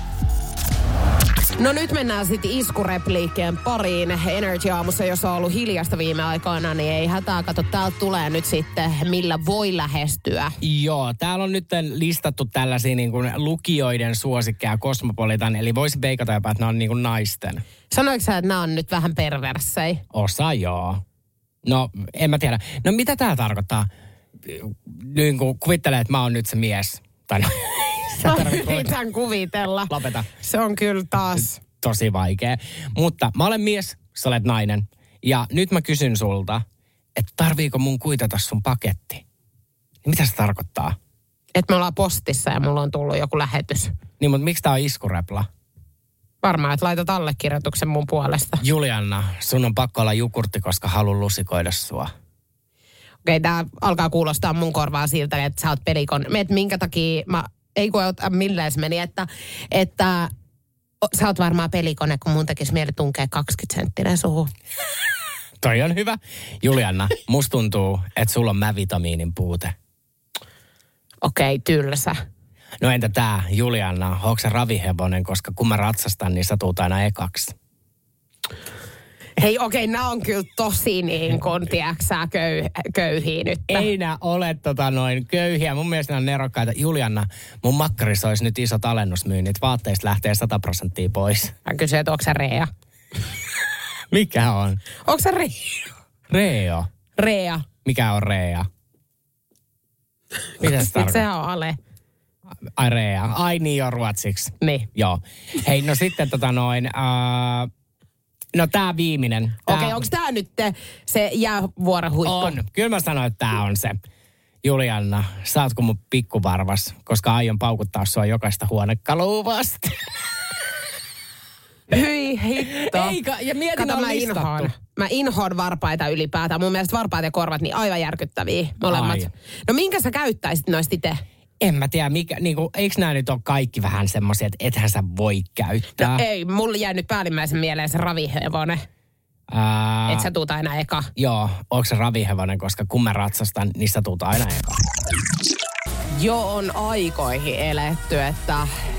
No nyt mennään sitten iskurepliikkien pariin. Energy Aamussa, jos on ollut hiljasta viime aikoina, niin ei hätää. Kato, täältä tulee nyt sitten, millä voi lähestyä. Joo, täällä on nyt listattu tällaisia niin kuin lukijoiden suosikkeja Cosmopolitan, eli voisi veikata jopa, että ne on niin kuin naisten. Sanoitko sä, että nämä on nyt vähän perversei? Osa joo. No, en mä tiedä. No mitä tää tarkoittaa? Niin kuin kuvittelee, että mä oon nyt se mies. Tai no, mä yritän kuvitella. Lopeta. Se on kyllä taas tosi vaikea. Mutta mä olen mies, sä olet nainen. Ja nyt mä kysyn sulta, että tarviiko mun kuitata sun paketti? Niin mitä se tarkoittaa? Että me ollaan postissa ja mulla on tullut joku lähetys. Niin, mutta miksi tää on iskurepla? Varmaan, että laitat allekirjoituksen mun puolesta. Julianna, sun on pakko olla jukurtti, koska haluan lusikoida sua. Okei, tää alkaa kuulostaa mun korvaa siltä, että sä oot pelikon. Että minkä takia mä, ei kun millään se meni, että, että sä oot varmaan pelikone, kun mun tekisi mieli tunkea kaksikymmentä senttinen suhu. Toi on hyvä. Julianna, musta tuntuu, että sulla on mä-vitamiinin puute. Okei, tylsä. No entä tää, Julianna, onko se ravihevonen, koska kun mä ratsastan, niin sä tuut aina ekaksi. Hei, okei, nämä on kyllä tosi niin kuin, tiedäksä, köy, köyhiä nyt. Ei nää ole tota noin köyhiä. Mun mielestä nämä on nerokkaita. Julianna, mun makkarissa olisi nyt isot alennusmyynnit. Vaatteista lähtee sata prosenttia pois. Mä kysyn, että onko se Rea? Mikä on? Onko se Rea? Reo. Rea. Mikä on Rea? Mitä se tarkoittaa? Sehän on Ale. Ai Rea. Ai niin jo ruotsiksi. Niin. Joo. Hei, no sitten tota noin... Uh, No tää viimeinen. Tää... Okei, okay, onko tää nyt se jäävuorohuippu? On. Kyllä mä sanoin, että tää on se. Julianna, sä oot kuin mun pikkuvarvas, koska aion paukuttaa sua jokaista huonekalua vasta. Hyi hitto. Eikä, ja mietin, Kato, on mä inhoan. Mä inhoan varpaita ylipäätään. Mun mielestä varpaat ja korvat, niin aivan järkyttäviä molemmat. Ai. No minkä sä käyttäisit noista itse? En mä tiedä, mikä, niinku, eikö nämä nyt ole kaikki vähän semmoisia, että ethän sä voi käyttää? No ei, mulla jäi nyt päällimmäisen mieleen se ravihevonen. Ää... Et sä tuut aina eka. Joo, onko se ravihevonen, koska kun mä ratsastan, niin sä tuut aina eka. Jo on aikoihin eletty, että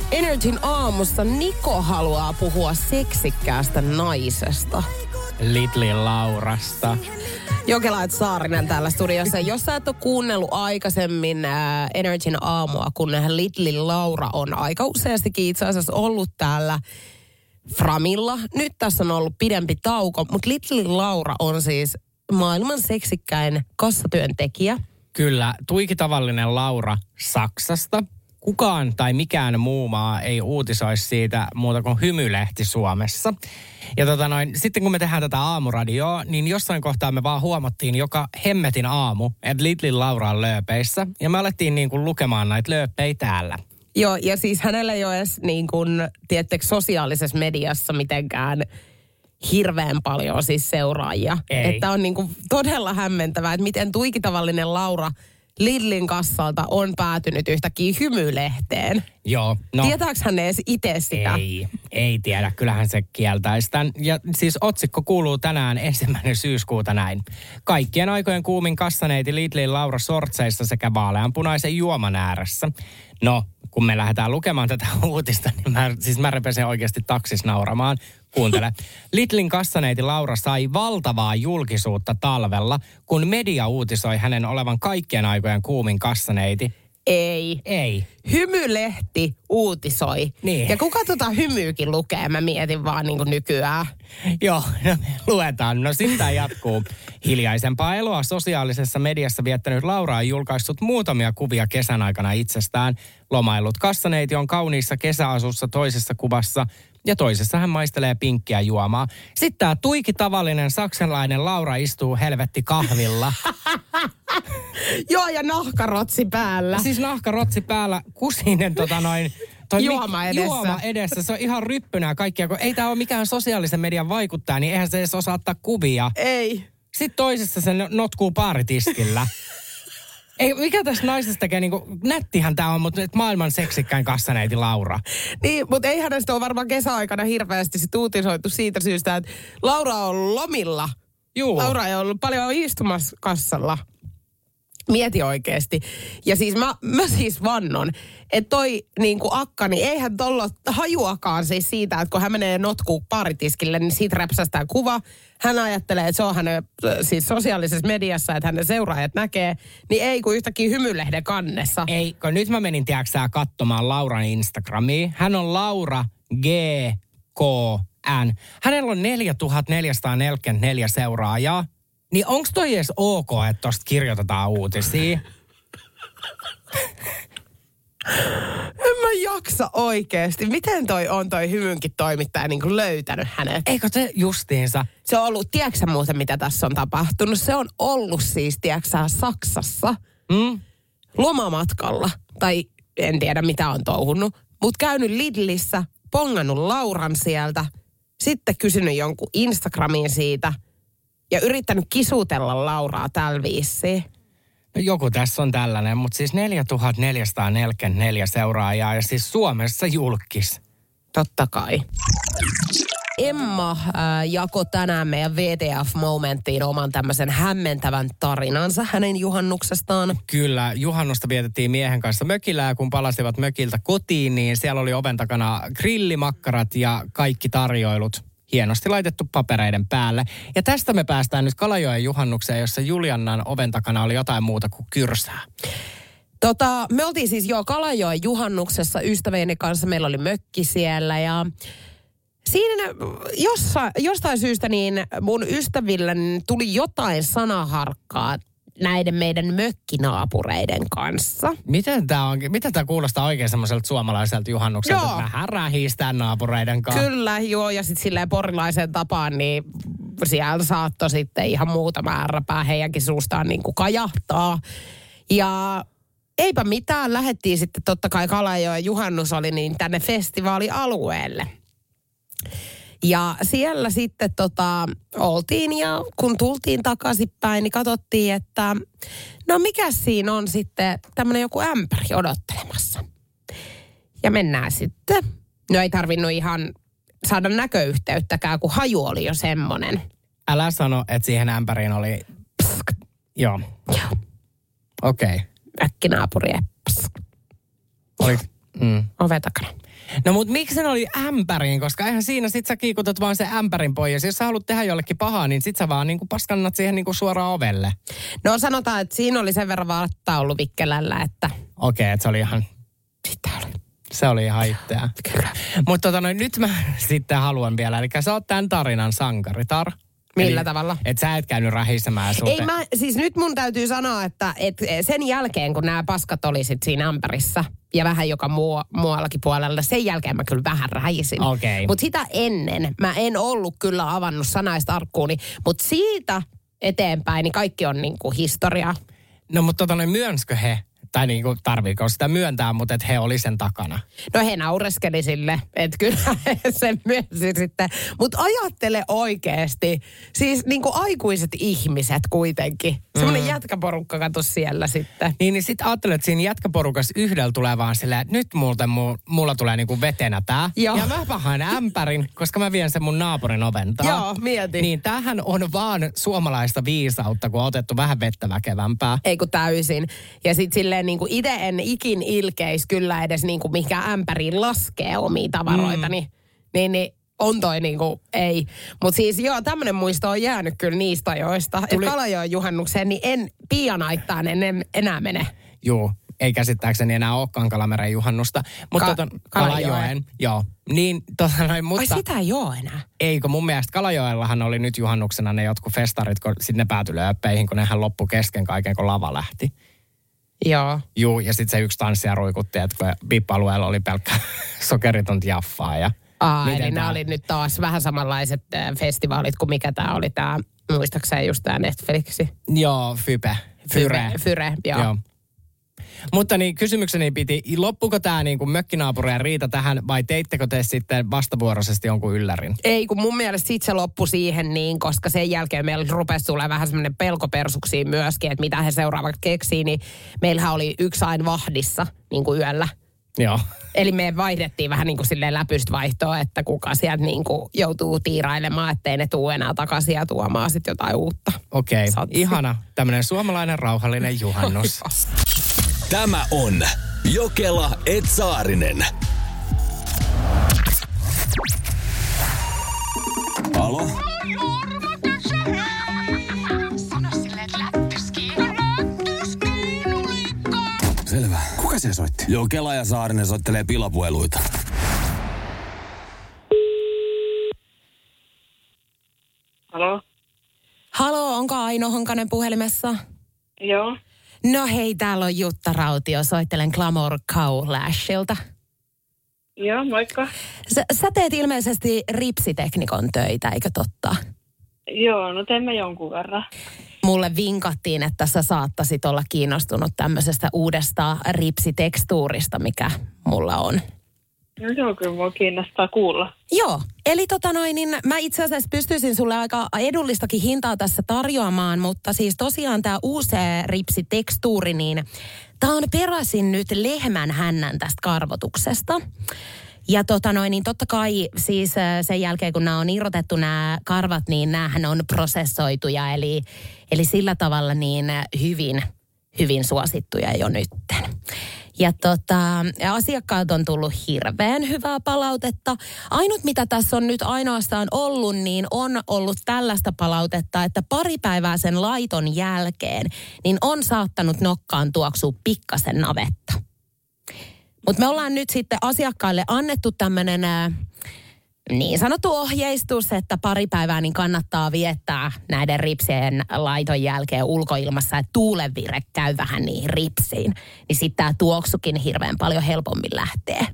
Energin aamussa Niko haluaa puhua seksikkäästä naisesta. Lidlin Laurasta. Jokelait Saarinen täällä studiossa. Jos sä et ole kuunnellut aikaisemmin äh, Energin aamua, kun Lidlin Laura on aika useastikin itse asiassa ollut täällä Framilla. Nyt tässä on ollut pidempi tauko, mutta Lidlin Laura on siis maailman seksikkäin kassatyöntekijä. Kyllä, tuiki tavallinen Laura Saksasta. Kukaan tai mikään muu maa ei uutisoisi siitä muuta kuin Hymylehti Suomessa. Ja tota noin, sitten kun me tehdään tätä aamuradioa, niin jossain kohtaa me vaan huomattiin joka hemmetin aamu, että Lidlin Laura on lööpeissä. Ja me alettiin niin kuin lukemaan näitä lööppejä täällä. Joo, ja siis hänellä ei ole edes niin kuin, tiedättekö, sosiaalisessa mediassa mitenkään hirveän paljon siis seuraajia. Ei. Että on niin kuin todella hämmentävää, että miten tuikitavallinen Laura Lidlin kassalta on päätynyt yhtäkkiä Hymylehteen. Joo. No, tietääkö hän edes itse sitä? Ei, ei tiedä. Kyllähän se kieltäisi tämän. Ja siis otsikko kuuluu tänään ensimmäinen syyskuuta näin. Kaikkien aikojen kuumin kassaneiti Lidlin Laura sortseissa sekä vaaleanpunaisen juoman ääressä. No, kun me lähdetään lukemaan tätä uutista, niin mä, siis mä repesen oikeasti taksis nauramaan. Kuuntele. Lidlin kassaneiti Laura sai valtavaa julkisuutta talvella, kun media uutisoi hänen olevan kaikkien aikojen kuumin kassaneiti. Ei. Ei. Hymylehti uutisoi. Niin. Ja kuka tota hymyykin lukee? Mä mietin vaan niin kuin nykyään. Joo, no luetaan. No sitten jatkuu. Hiljaisempaa eloa sosiaalisessa mediassa viettänyt Laura on julkaissut muutamia kuvia kesän aikana itsestään. Lomaillut kassaneiti on kauniissa kesäasussa toisessa kuvassa ja toisessa hän maistelee pinkkiä juomaa. Sitten tämä tuiki tavallinen saksalainen Laura istuu helvetti kahvilla. Joo, ja nahkarotsi päällä. Siis nahkarotsi päällä, kusinen tota noin... Toi juoma mi- edessä. Juoma edessä. Se on ihan ryppynää kaikkia. Kun ei tämä ole mikään sosiaalisen median vaikuttaja, niin eihän se edes osaa ottaa kuvia. Ei. Sitten toisessa se notkuu baaritiskillä. Ei, mikä tässä naisesta tekee, niin kuin, nättihän tämä on, mutta maailman seksikkäin kassaneiti Laura. Niin, mutta ei hänestä ole varmaan kesäaikana hirveästi sit uutisoitu siitä syystä, että Laura on ollut lomilla. Juu. Laura ei ollut paljon istumassa kassalla. Mieti oikeasti. Ja siis mä, mä siis vannon, että toi niin kuin akka, niin eihän tolla hajuakaan siis siitä, että kun hän menee notkuu paaritiskille, niin siitä räpsästää kuva. Hän ajattelee, että se on hänen siis sosiaalisessa mediassa, että hänen seuraajat näkee. Niin ei, kun yhtäkkiä Hymylehden kannessa. Ei, kun nyt mä menin, tiedäksä, katsomaan Lauran Instagramiin. Hän on Laura G K N. Hänellä on neljätuhatta neljäsataaneljäkymmentäneljä seuraajaa. Niin onks toi edes ok, että tosta kirjoitetaan uutisia? En mä jaksa oikeesti. Miten toi on toi Hymynkin toimittaja niin kuin löytänyt hänet? Eikö se justiinsa? Se on ollut, tiedätkö muuten mitä tässä on tapahtunut? Se on ollut siis, tiedätkö Saksassa mm? lomamatkalla. Tai en tiedä mitä on touhunut. Mutta käynyt Lidlissä, pongannut Lauran sieltä. Sitten kysynyt jonkun Instagramiin siitä. Ja yrittänyt kisutella Lauraa tällä viisiin. No joku tässä on tällainen, mutta siis neljätuhatta neljäsataaneljäkymmentäneljä seuraajaa ja siis Suomessa julkis. Totta kai. Emma äh, jako tänään meidän V T F-momenttiin oman tämmöisen hämmentävän tarinansa hänen juhannuksestaan. Kyllä, juhannusta vietettiin miehen kanssa mökillä ja kun palasivat mökiltä kotiin, niin siellä oli oven takana grillimakkarat ja kaikki tarjoilut. Hienosti laitettu papereiden päälle. Ja tästä me päästään nyt Kalajoen juhannukseen, jossa Juliannan oven takana oli jotain muuta kuin kyrsää. Tota, me oltiin siis jo Kalajoen juhannuksessa ystävieni kanssa. Meillä oli mökki siellä ja siinä jossa, jostain syystä niin mun ystävillä tuli jotain sanaharkkaa näiden meidän mökkinaapureiden kanssa. Miten tämä on? Miten tämä kuulostaa oikein semmoiselta suomalaiselta juhannukselta, joo, että vähän rähistää naapureiden kanssa? Kyllä, joo, ja sitten silleen porilaisen tapaan, niin siellä saattoi sitten ihan muutama ärräpää heidänkin suustaan niin kuin kajahtaa. Ja eipä mitään, lähdettiin sitten totta kai Kalajoen juhannus oli niin tänne festivaalialueelle. Ja siellä sitten tota, oltiin ja kun tultiin takaisinpäin, niin katsottiin, että no mikä siinä on sitten tämmöinen joku ämpäri odottelemassa. Ja mennään sitten. No ei tarvinnut ihan saada näköyhteyttäkään, kun haju oli jo semmoinen. Älä sano, että siihen ämpäriin oli... Psk. Joo. Joo. Okei. Okay. Äkkinaapuri. Psk. Oliko? Mm. Oven takana. No mut miksi ne oli ämpäriin? Koska eihän siinä sit sä kiikutat vaan se ämpärin pois. Jos sä haluat tehdä jollekin pahaa, niin sit sä vaan niinku paskannat siihen niinku suoraan ovelle. No sanotaan, että siinä oli sen verran vaattaa ollut vikkelällä, että... Okei, okay, että se oli ihan... Sitä oli. Se oli ihan itseään. Kyllä. Mutta tota, no, nyt mä sitten haluan vielä. Eli sä oot tämän tarinan sankaritar. Millä Eli, tavalla? Että sä et käynyt rähisemään sute. Ei mä, siis nyt mun täytyy sanoa, että, että sen jälkeen kun nämä paskat oli sit siinä ämpärissä ja vähän joka muu, muuallakin puolella, sen jälkeen mä kyllä vähän rähisin. Okei. Okay. Mutta sitä ennen mä en ollut kyllä avannut sanaista arkkuuni, mutta siitä eteenpäin niin kaikki on niinku historiaa. No mutta tota, no, myönskö he? Tai niinku tarviiko sitä myöntää, mutta että he oli sen takana. No he naureskeli sille, että kyllä he sen myönsi sitten. Mutta ajattele oikeasti, siis niinku aikuiset ihmiset kuitenkin. Semmoinen mm. jätkäporukka kato siellä sitten. Niin, niin sit ajattelet, että siinä jätkäporukassa yhdellä tulee vaan silleen, että nyt multa, mulla, mulla tulee niinku vetenä tää. Joo. Ja mä pahaan ämpärin, koska mä vien sen mun naapurin oventaan. Joo, mieti. Niin tämähän on vaan suomalaista viisautta, kun on otettu vähän vettä väkevämpää. Ei kun täysin. Ja sit silleen niin kuin itse en ikin ilkeis kyllä edes niin kuin mikä ämpäriin laskee omia tavaroitani. Mm. Niin, niin on toi niin kuin ei. Mutta siis joo, tämmönen muisto on jäänyt kyllä niistä ajoista. Tuli... Että Kalajoen juhannukseen, niin en pianaittaan en enää mene. Joo, ei käsittääkseni enää olekaan Kalameren juhannusta. Mutta Ka- tota, Kalajoen. Kalajoen, joo. Niin, tota noin, mutta... Ai sitä ei oo enää. Eikö mun mielestä Kalajoellahan oli nyt juhannuksena ne jotkut festarit, kun sitten ne päätyi lööppeihin, kun nehän loppu kesken kaiken, kun lava lähti. Joo. Juu, ja sitten se yksi tanssija ruikutti, että kun V I P-alueella oli pelkkä sokeritonta jaffaa. Ja Aa, eli nämä oli nyt taas vähän samanlaiset äh, festivaalit kuin mikä tämä oli tämä, muistaakseni just tämä Netflixi. Joo, Fype. Fyre. Fyre, Fyre joo. joo. Mutta niin kysymykseni piti, loppuko tämä niin kuin mökkinaapuri ja Riita tähän vai teittekö te sitten vastavuoroisesti jonkun yllärin? Ei, kun mun mielestä sit se loppui siihen niin, koska sen jälkeen meillä rupesi tulemaan vähän semmoinen pelkopersuksiin myöskin, että mitä he seuraavaksi keksii, niin meillähän oli yksi aina vahdissa niin kuin yöllä. Joo. Eli me vaihdettiin vähän niin kuin silleen läpystä vaihtoa, että kuka sieltä niin kuin joutuu tiirailemaan, ettei ne tule enää takaisin ja tuomaan sitten jotain uutta. Okei, okay. Ihana. Tämmöinen suomalainen rauhallinen juhannus. Tämä on Jokela et Saarinen. Alo? Selvä. Kuka se soitti? Jokela ja Saarinen soittelee pilapueluita. Halo? Halo, onko Aino Honkanen puhelimessa? Joo. No hei, täällä on Jutta Rautio. Soittelen Glamour Cow Lashilta. Joo, moikka. Sä, sä teet ilmeisesti ripsiteknikon töitä, eikö totta? Joo, no teemme jonkun verran. Mulle vinkattiin, että sä saattaisit olla kiinnostunut tämmöisestä uudesta ripsitekstuurista, mikä mulla on. No se on kyllä, mua kiinnostaa kuulla. Joo, eli tota noin, niin mä itse asiassa pystyisin sulle aika edullistakin hintaa tässä tarjoamaan, mutta siis tosiaan tämä uusi ripsitekstuuri, niin tää on peräisin nyt lehmän hännän tästä karvotuksesta. Ja tota noin, niin totta kai siis sen jälkeen, kun nämä on irrotettu nämä karvat, niin näähän on prosessoituja, eli, eli sillä tavalla niin hyvin, hyvin suosittuja jo nytten. Ja tota, asiakkaat on tullut hirveän hyvää palautetta. Ainut mitä tässä on nyt ainoastaan ollut, niin on ollut tällaista palautetta, että pari päivää sen laiton jälkeen, niin on saattanut nokkaan tuoksua pikkasen navetta. Mutta me ollaan nyt sitten asiakkaille annettu tämmöinen niin sanottu ohjeistus, että pari päivää niin kannattaa viettää näiden ripsien laiton jälkeen ulkoilmassa, että tuulenvire käy vähän niihin ripsiin. Niin sitten tämä tuoksukin hirveän paljon helpommin lähtee.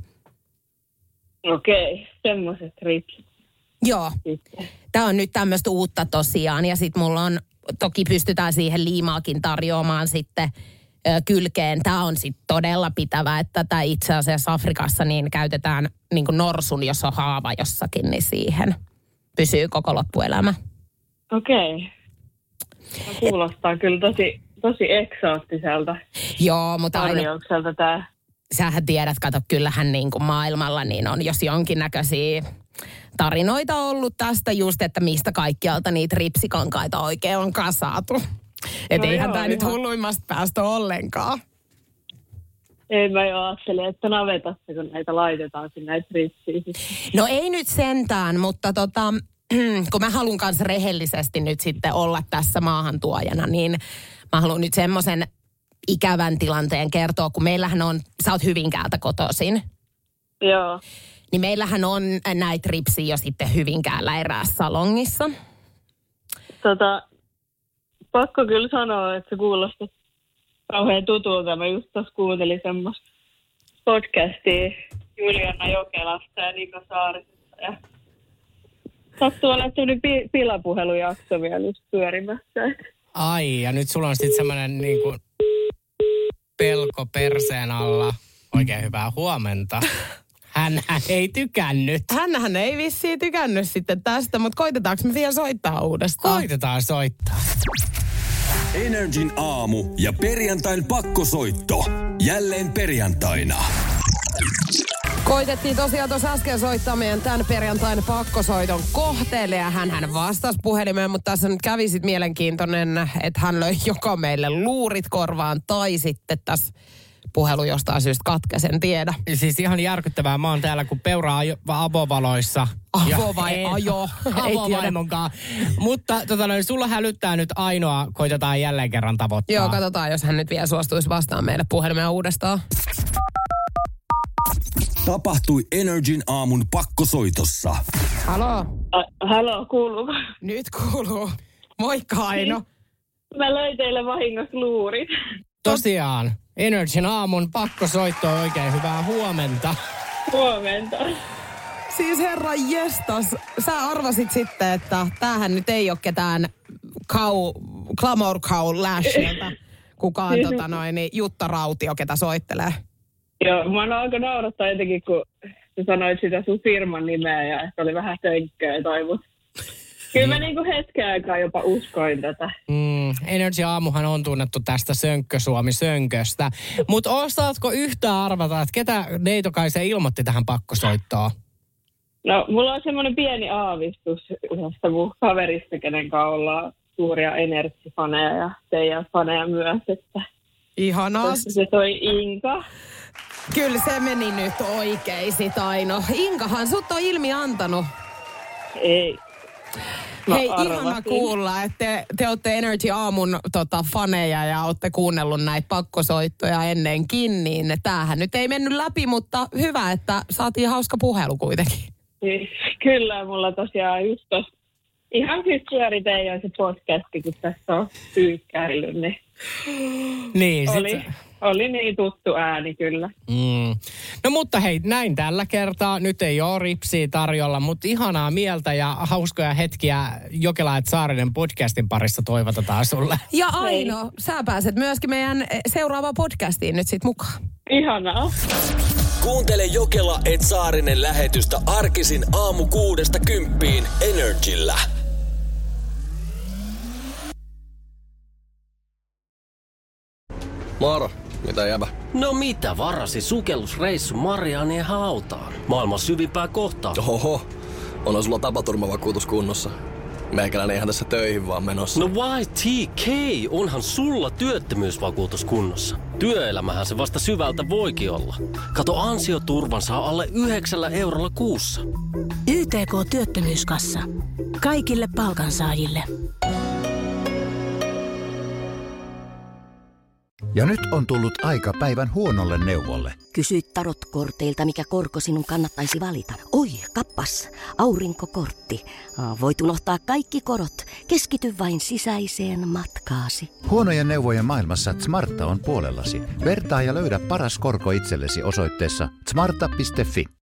Okei, semmoiset ripsit. Joo, tämä on nyt tämmöistä uutta tosiaan ja sitten mulla on, toki pystytään siihen liimaakin tarjoamaan sitten kylkeen. Tämä on sitten todella pitävä, että tämä itse asiassa Afrikassa niin käytetään niin kuin norsun, jos on haava jossakin, niin siihen pysyy koko loppuelämä. Okei. Kuulostaa kyllä tosi, tosi eksoottiselta. Joo, mutta tarjoukselta tämä. Sähän tiedät, kato, kyllähän niin kuin maailmalla niin on jos jonkinnäköisiä tarinoita ollut tästä just, että mistä kaikkialta niitä ripsikankaita oikein on kasattu. Että no eihän tämä nyt hulluimmasta päästä ollenkaan. Ei mä jo ajattele, että navetassa, kun näitä laitetaan sinne näitä ritsiin. No ei nyt sentään, mutta tota, kun mä haluan kanssa rehellisesti nyt sitten olla tässä maahantuojana, niin mä haluan nyt semmoisen ikävän tilanteen kertoa, kun meillähän on, sä oot Hyvinkäältä kotoisin. Joo. Niin meillähän on näitä ripsiä jo sitten Hyvinkäällä eräässä salongissa. Tota, pakko kyllä sanoa, että se kuulostaa kauhean tutulta. Mä just tuossa kuuntelin semmoista podcastia Juliana Jokelasta ja Niko Saarisesta. Ja sattuu olla semmoinen pi- pilapuhelujakso vielä just pyörimässä. Ai, ja nyt sulla on sitten semmoinen niinku pelko perseen alla. Oikein hyvää huomenta. Hänhän ei tykännyt. Hänhän ei vissiin tykännyt sitten tästä, mutta koitetaanko me vielä soittaa uudestaan? Koitetaan soittaa. Energin aamu ja perjantain pakkosoitto. Jälleen perjantaina. Koitettiin tosiaan tuossa äsken soittaa meidän tämän perjantain pakkosoiton kohteelle ja hänhän vastasi puhelimeen, mutta tässä nyt kävi sitten mielenkiintoinen, että hän löi joko meille luurit korvaan tai sitten tässä puhelu jostain syystä katkesi, en tiedä. Siis ihan järkyttävää. Mä oon täällä kuin peura avovaloissa. Avo vai ajo? Avovaimonkaan. Mutta tota noin, sulla hälyttää nyt ainoa, koitetaan jälleen kerran tavoittaa. Joo, katsotaan, jos hän nyt vielä suostuisi vastaan meille puhelimeen uudestaan. Tapahtui Energin aamun pakkosoitossa. Haloo? Haloo, kuuluuko? Nyt kuuluu. Moikka Aino. Mä löin teille vahingossa luurit. Tosiaan, Energin aamun pakkosoitto, oikein hyvää huomenta. Huomenta. Siis herra jestas, sä arvasit sitten, että tämähän nyt ei ole ketään kau, Glamour Cow Lashilta. Kukaan tota noin, niin Jutta Rautio, ketä soittelee. Joo, mä alkoi naurattaa jotenkin, kun sä sanoit sitä sun firman nimeä ja että oli vähän tönkköä tai mut. Kyllä mä niinku hetken aikaa jopa uskoin tätä. Mm, Energy Aamuhan on tunnettu tästä Sönkkö Suomi-sönköstä. Mutta osaatko yhtään arvata, että ketä Neitokaisen ilmoitti tähän pakkosoittoon? No, mulla on semmoinen pieni aavistus yhdestä mun kaverista, kenen kanssa ollaan suuria Energy-faneja ja teidän faneja myös, että ihanaa. Se toi Inka. Kyllä se meni nyt oikein sit Aino. Inkahan sut on ilmi antanut. Ei. Mä Hei, arvasin. Ihana kuulla, että te, te olette Energy Aamun tota, faneja ja olette kuunnellut näitä pakkosoittoja ennenkin, niin tämähän nyt ei mennyt läpi, mutta hyvä, että saatiin hauska puhelu kuitenkin. Siis, kyllä, mulla tosiaan just tos, ihan siis pyöri teidän se podcasti, kun tässä on pyykkäillyt, niin, niin oli, sit... oli niin tuttu ääni kyllä. Mm. No mutta hei, näin tällä kertaa. Nyt ei ole ripsiä tarjolla, mutta ihanaa mieltä ja hauskoja hetkiä Jokela et Saarinen podcastin parissa toivotetaan sulle. Ja Aino, sä pääset myöskin meidän seuraavaan podcastiin nyt sit mukaan. Ihanaa. Kuuntele Jokela et Saarinen lähetystä arkisin aamu kuudesta kymppiin Energillä. Moro, mitä jäbä? No mitä, varasi sukellusreissu Marianien hautaan. Maailman syvimpää kohtaa. Oho, onhan sulla tapaturmavakuutus kunnossa. Meikäläinen ihan tässä töihin vaan menossa. No Y T K, onhan sulla työttömyysvakuutus kunnossa. Työelämähän se vasta syvältä voikin olla. Kato, ansioturvan saa alle yhdeksällä eurolla kuussa. Y T K-työttömyyskassa. Kaikille palkansaajille. Ja nyt on tullut aika päivän huonolle neuvolle. Kysy tarotkorteilta, mikä korko sinun kannattaisi valita. Oi, kappas, aurinkokortti. Voit unohtaa kaikki korot. Keskity vain sisäiseen matkaasi. Huonojen neuvojen maailmassa Smarta on puolellasi. Vertaa ja löydä paras korko itsellesi osoitteessa smarta piste fi.